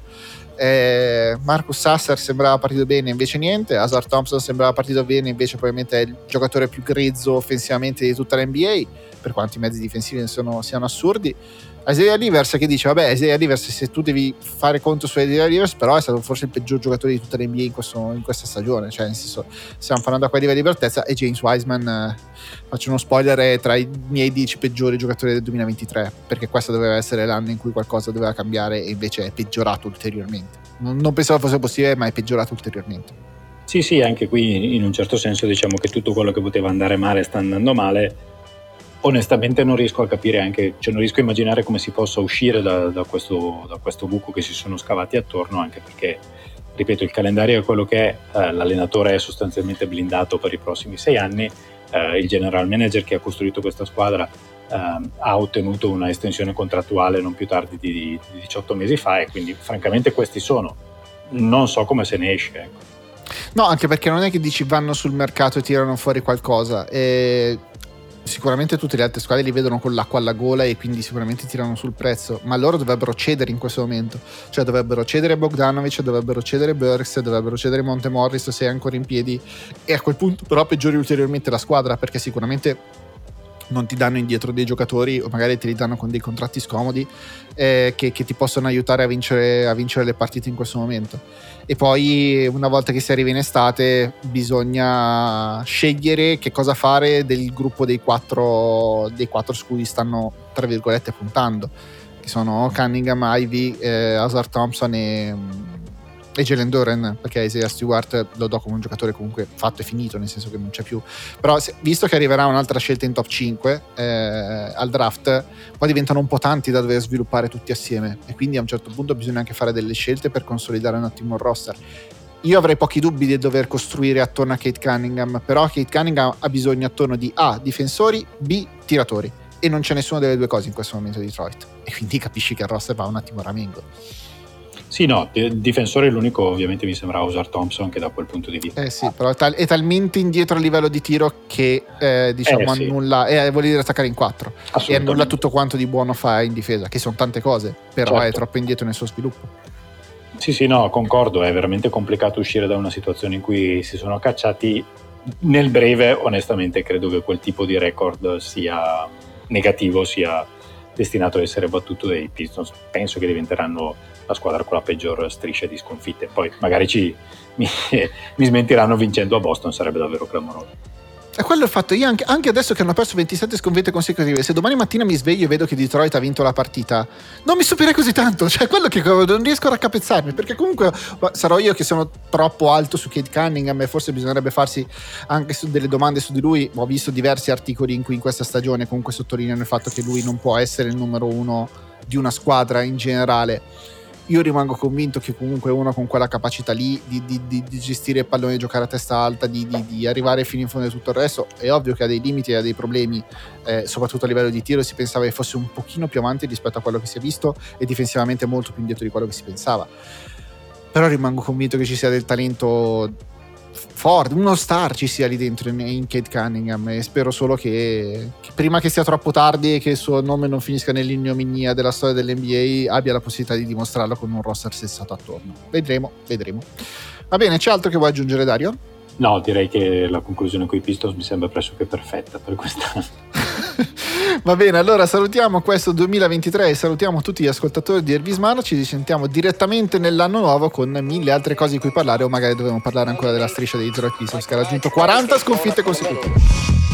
Marcus Sasser sembrava partito bene, invece niente. Ausar Thompson sembrava partito bene, invece probabilmente è il giocatore più grezzo offensivamente di tutta l'NBA, per quanto i mezzi difensivi siano assurdi. Isaiah Livers che dice vabbè, Isaiah Livers, se tu devi fare conto su Isaiah Livers, però è stato forse il peggior giocatore di tutta l'NBA in questa stagione, cioè nel senso, stiamo parlando a quei livelli di libertezza. E James Wiseman, faccio uno spoiler, è tra i miei 10 peggiori giocatori del 2023, perché questo doveva essere l'anno in cui qualcosa doveva cambiare e invece è peggiorato ulteriormente. Non pensavo fosse possibile, ma è peggiorato ulteriormente. Sì, anche qui in un certo senso diciamo che tutto quello che poteva andare male sta andando male. Onestamente non riesco a capire non riesco a immaginare come si possa uscire da questo buco che si sono scavati attorno, anche perché, ripeto, il calendario è quello che è, l'allenatore è sostanzialmente blindato per i prossimi 6 anni, il general manager che ha costruito questa squadra ha ottenuto una estensione contrattuale non più tardi di 18 mesi fa, e quindi francamente questi non so come se ne esce, ecco. No, anche perché non è che dici vanno sul mercato e tirano fuori qualcosa, sicuramente tutte le altre squadre li vedono con l'acqua alla gola e quindi sicuramente tirano sul prezzo, ma loro dovrebbero cedere in questo momento, cioè dovrebbero cedere Bogdanovic, dovrebbero cedere Burks, dovrebbero cedere Monte Morris se è ancora in piedi, e a quel punto però peggiori ulteriormente la squadra, perché sicuramente non ti danno indietro dei giocatori, o magari te li danno con dei contratti scomodi che ti possono aiutare a vincere le partite in questo momento. E poi una volta che si arriva in estate bisogna scegliere che cosa fare del gruppo dei quattro su cui stanno tra virgolette puntando, che sono Cunningham, Ivy, Ausar Thompson e Jalen Duren, perché Isaiah Stewart lo do come un giocatore comunque fatto e finito, nel senso che non c'è più. Però visto che arriverà un'altra scelta in top 5 al draft, poi diventano un po' tanti da dover sviluppare tutti assieme, e quindi a un certo punto bisogna anche fare delle scelte per consolidare un attimo il roster. Io avrei pochi dubbi di dover costruire attorno a Kate Cunningham, però Kate Cunningham ha bisogno attorno di A, difensori, B, tiratori, e non c'è nessuna delle due cose in questo momento di Detroit, e quindi capisci che il roster va un attimo a ramengo. Sì, no, difensore l'unico ovviamente mi sembra Ausar Thompson, che da quel punto di vista sì, però è talmente indietro a livello di tiro che annulla, vuol dire attaccare in 4 e annulla tutto quanto di buono fa in difesa, che sono tante cose, però certo, è troppo indietro nel suo sviluppo. Sì, no, concordo, è veramente complicato uscire da una situazione in cui si sono cacciati. Nel breve, onestamente, credo che quel tipo di record sia negativo, sia destinato ad essere battuto dai Pistons. Penso che diventeranno la squadra con la peggior striscia di sconfitte. Poi magari mi smentiranno vincendo a Boston, sarebbe davvero clamoroso. E quello è il fatto. Io anche adesso che hanno perso 27 sconfitte consecutive, se domani mattina mi sveglio e vedo che Detroit ha vinto la partita, non mi stupirei così tanto, cioè quello che non riesco a raccapezzarmi, perché comunque sarò io che sono troppo alto su Kate Cunningham e forse bisognerebbe farsi anche delle domande su di lui. Ho visto diversi articoli in cui in questa stagione comunque sottolineano il fatto che lui non può essere il numero 1 di una squadra in generale. Io rimango convinto che comunque uno con quella capacità lì di gestire il pallone, di giocare a testa alta, di arrivare fino in fondo di tutto il resto, è ovvio che ha dei limiti e ha dei problemi, soprattutto a livello di tiro. Si pensava che fosse un pochino più avanti rispetto a quello che si è visto, e difensivamente molto più indietro di quello che si pensava, però rimango convinto che ci sia del talento forte, uno star ci sia lì dentro in Kate Cunningham, e spero solo che prima che sia troppo tardi e che il suo nome non finisca nell'ignominia della storia dell'NBA abbia la possibilità di dimostrarlo con un roster sensato attorno. Vedremo. Va bene, c'è altro che vuoi aggiungere, Dario? No, direi che la conclusione con i Pistons mi sembra pressoché perfetta per quest'anno. Va bene, allora salutiamo questo 2023 e salutiamo tutti gli ascoltatori di Ervismano. Ci risentiamo direttamente nell'anno nuovo con 1000 altre cose di cui parlare, o magari dobbiamo parlare ancora della striscia dei Detroit Pistons che ha raggiunto 40 sconfitte consecutive.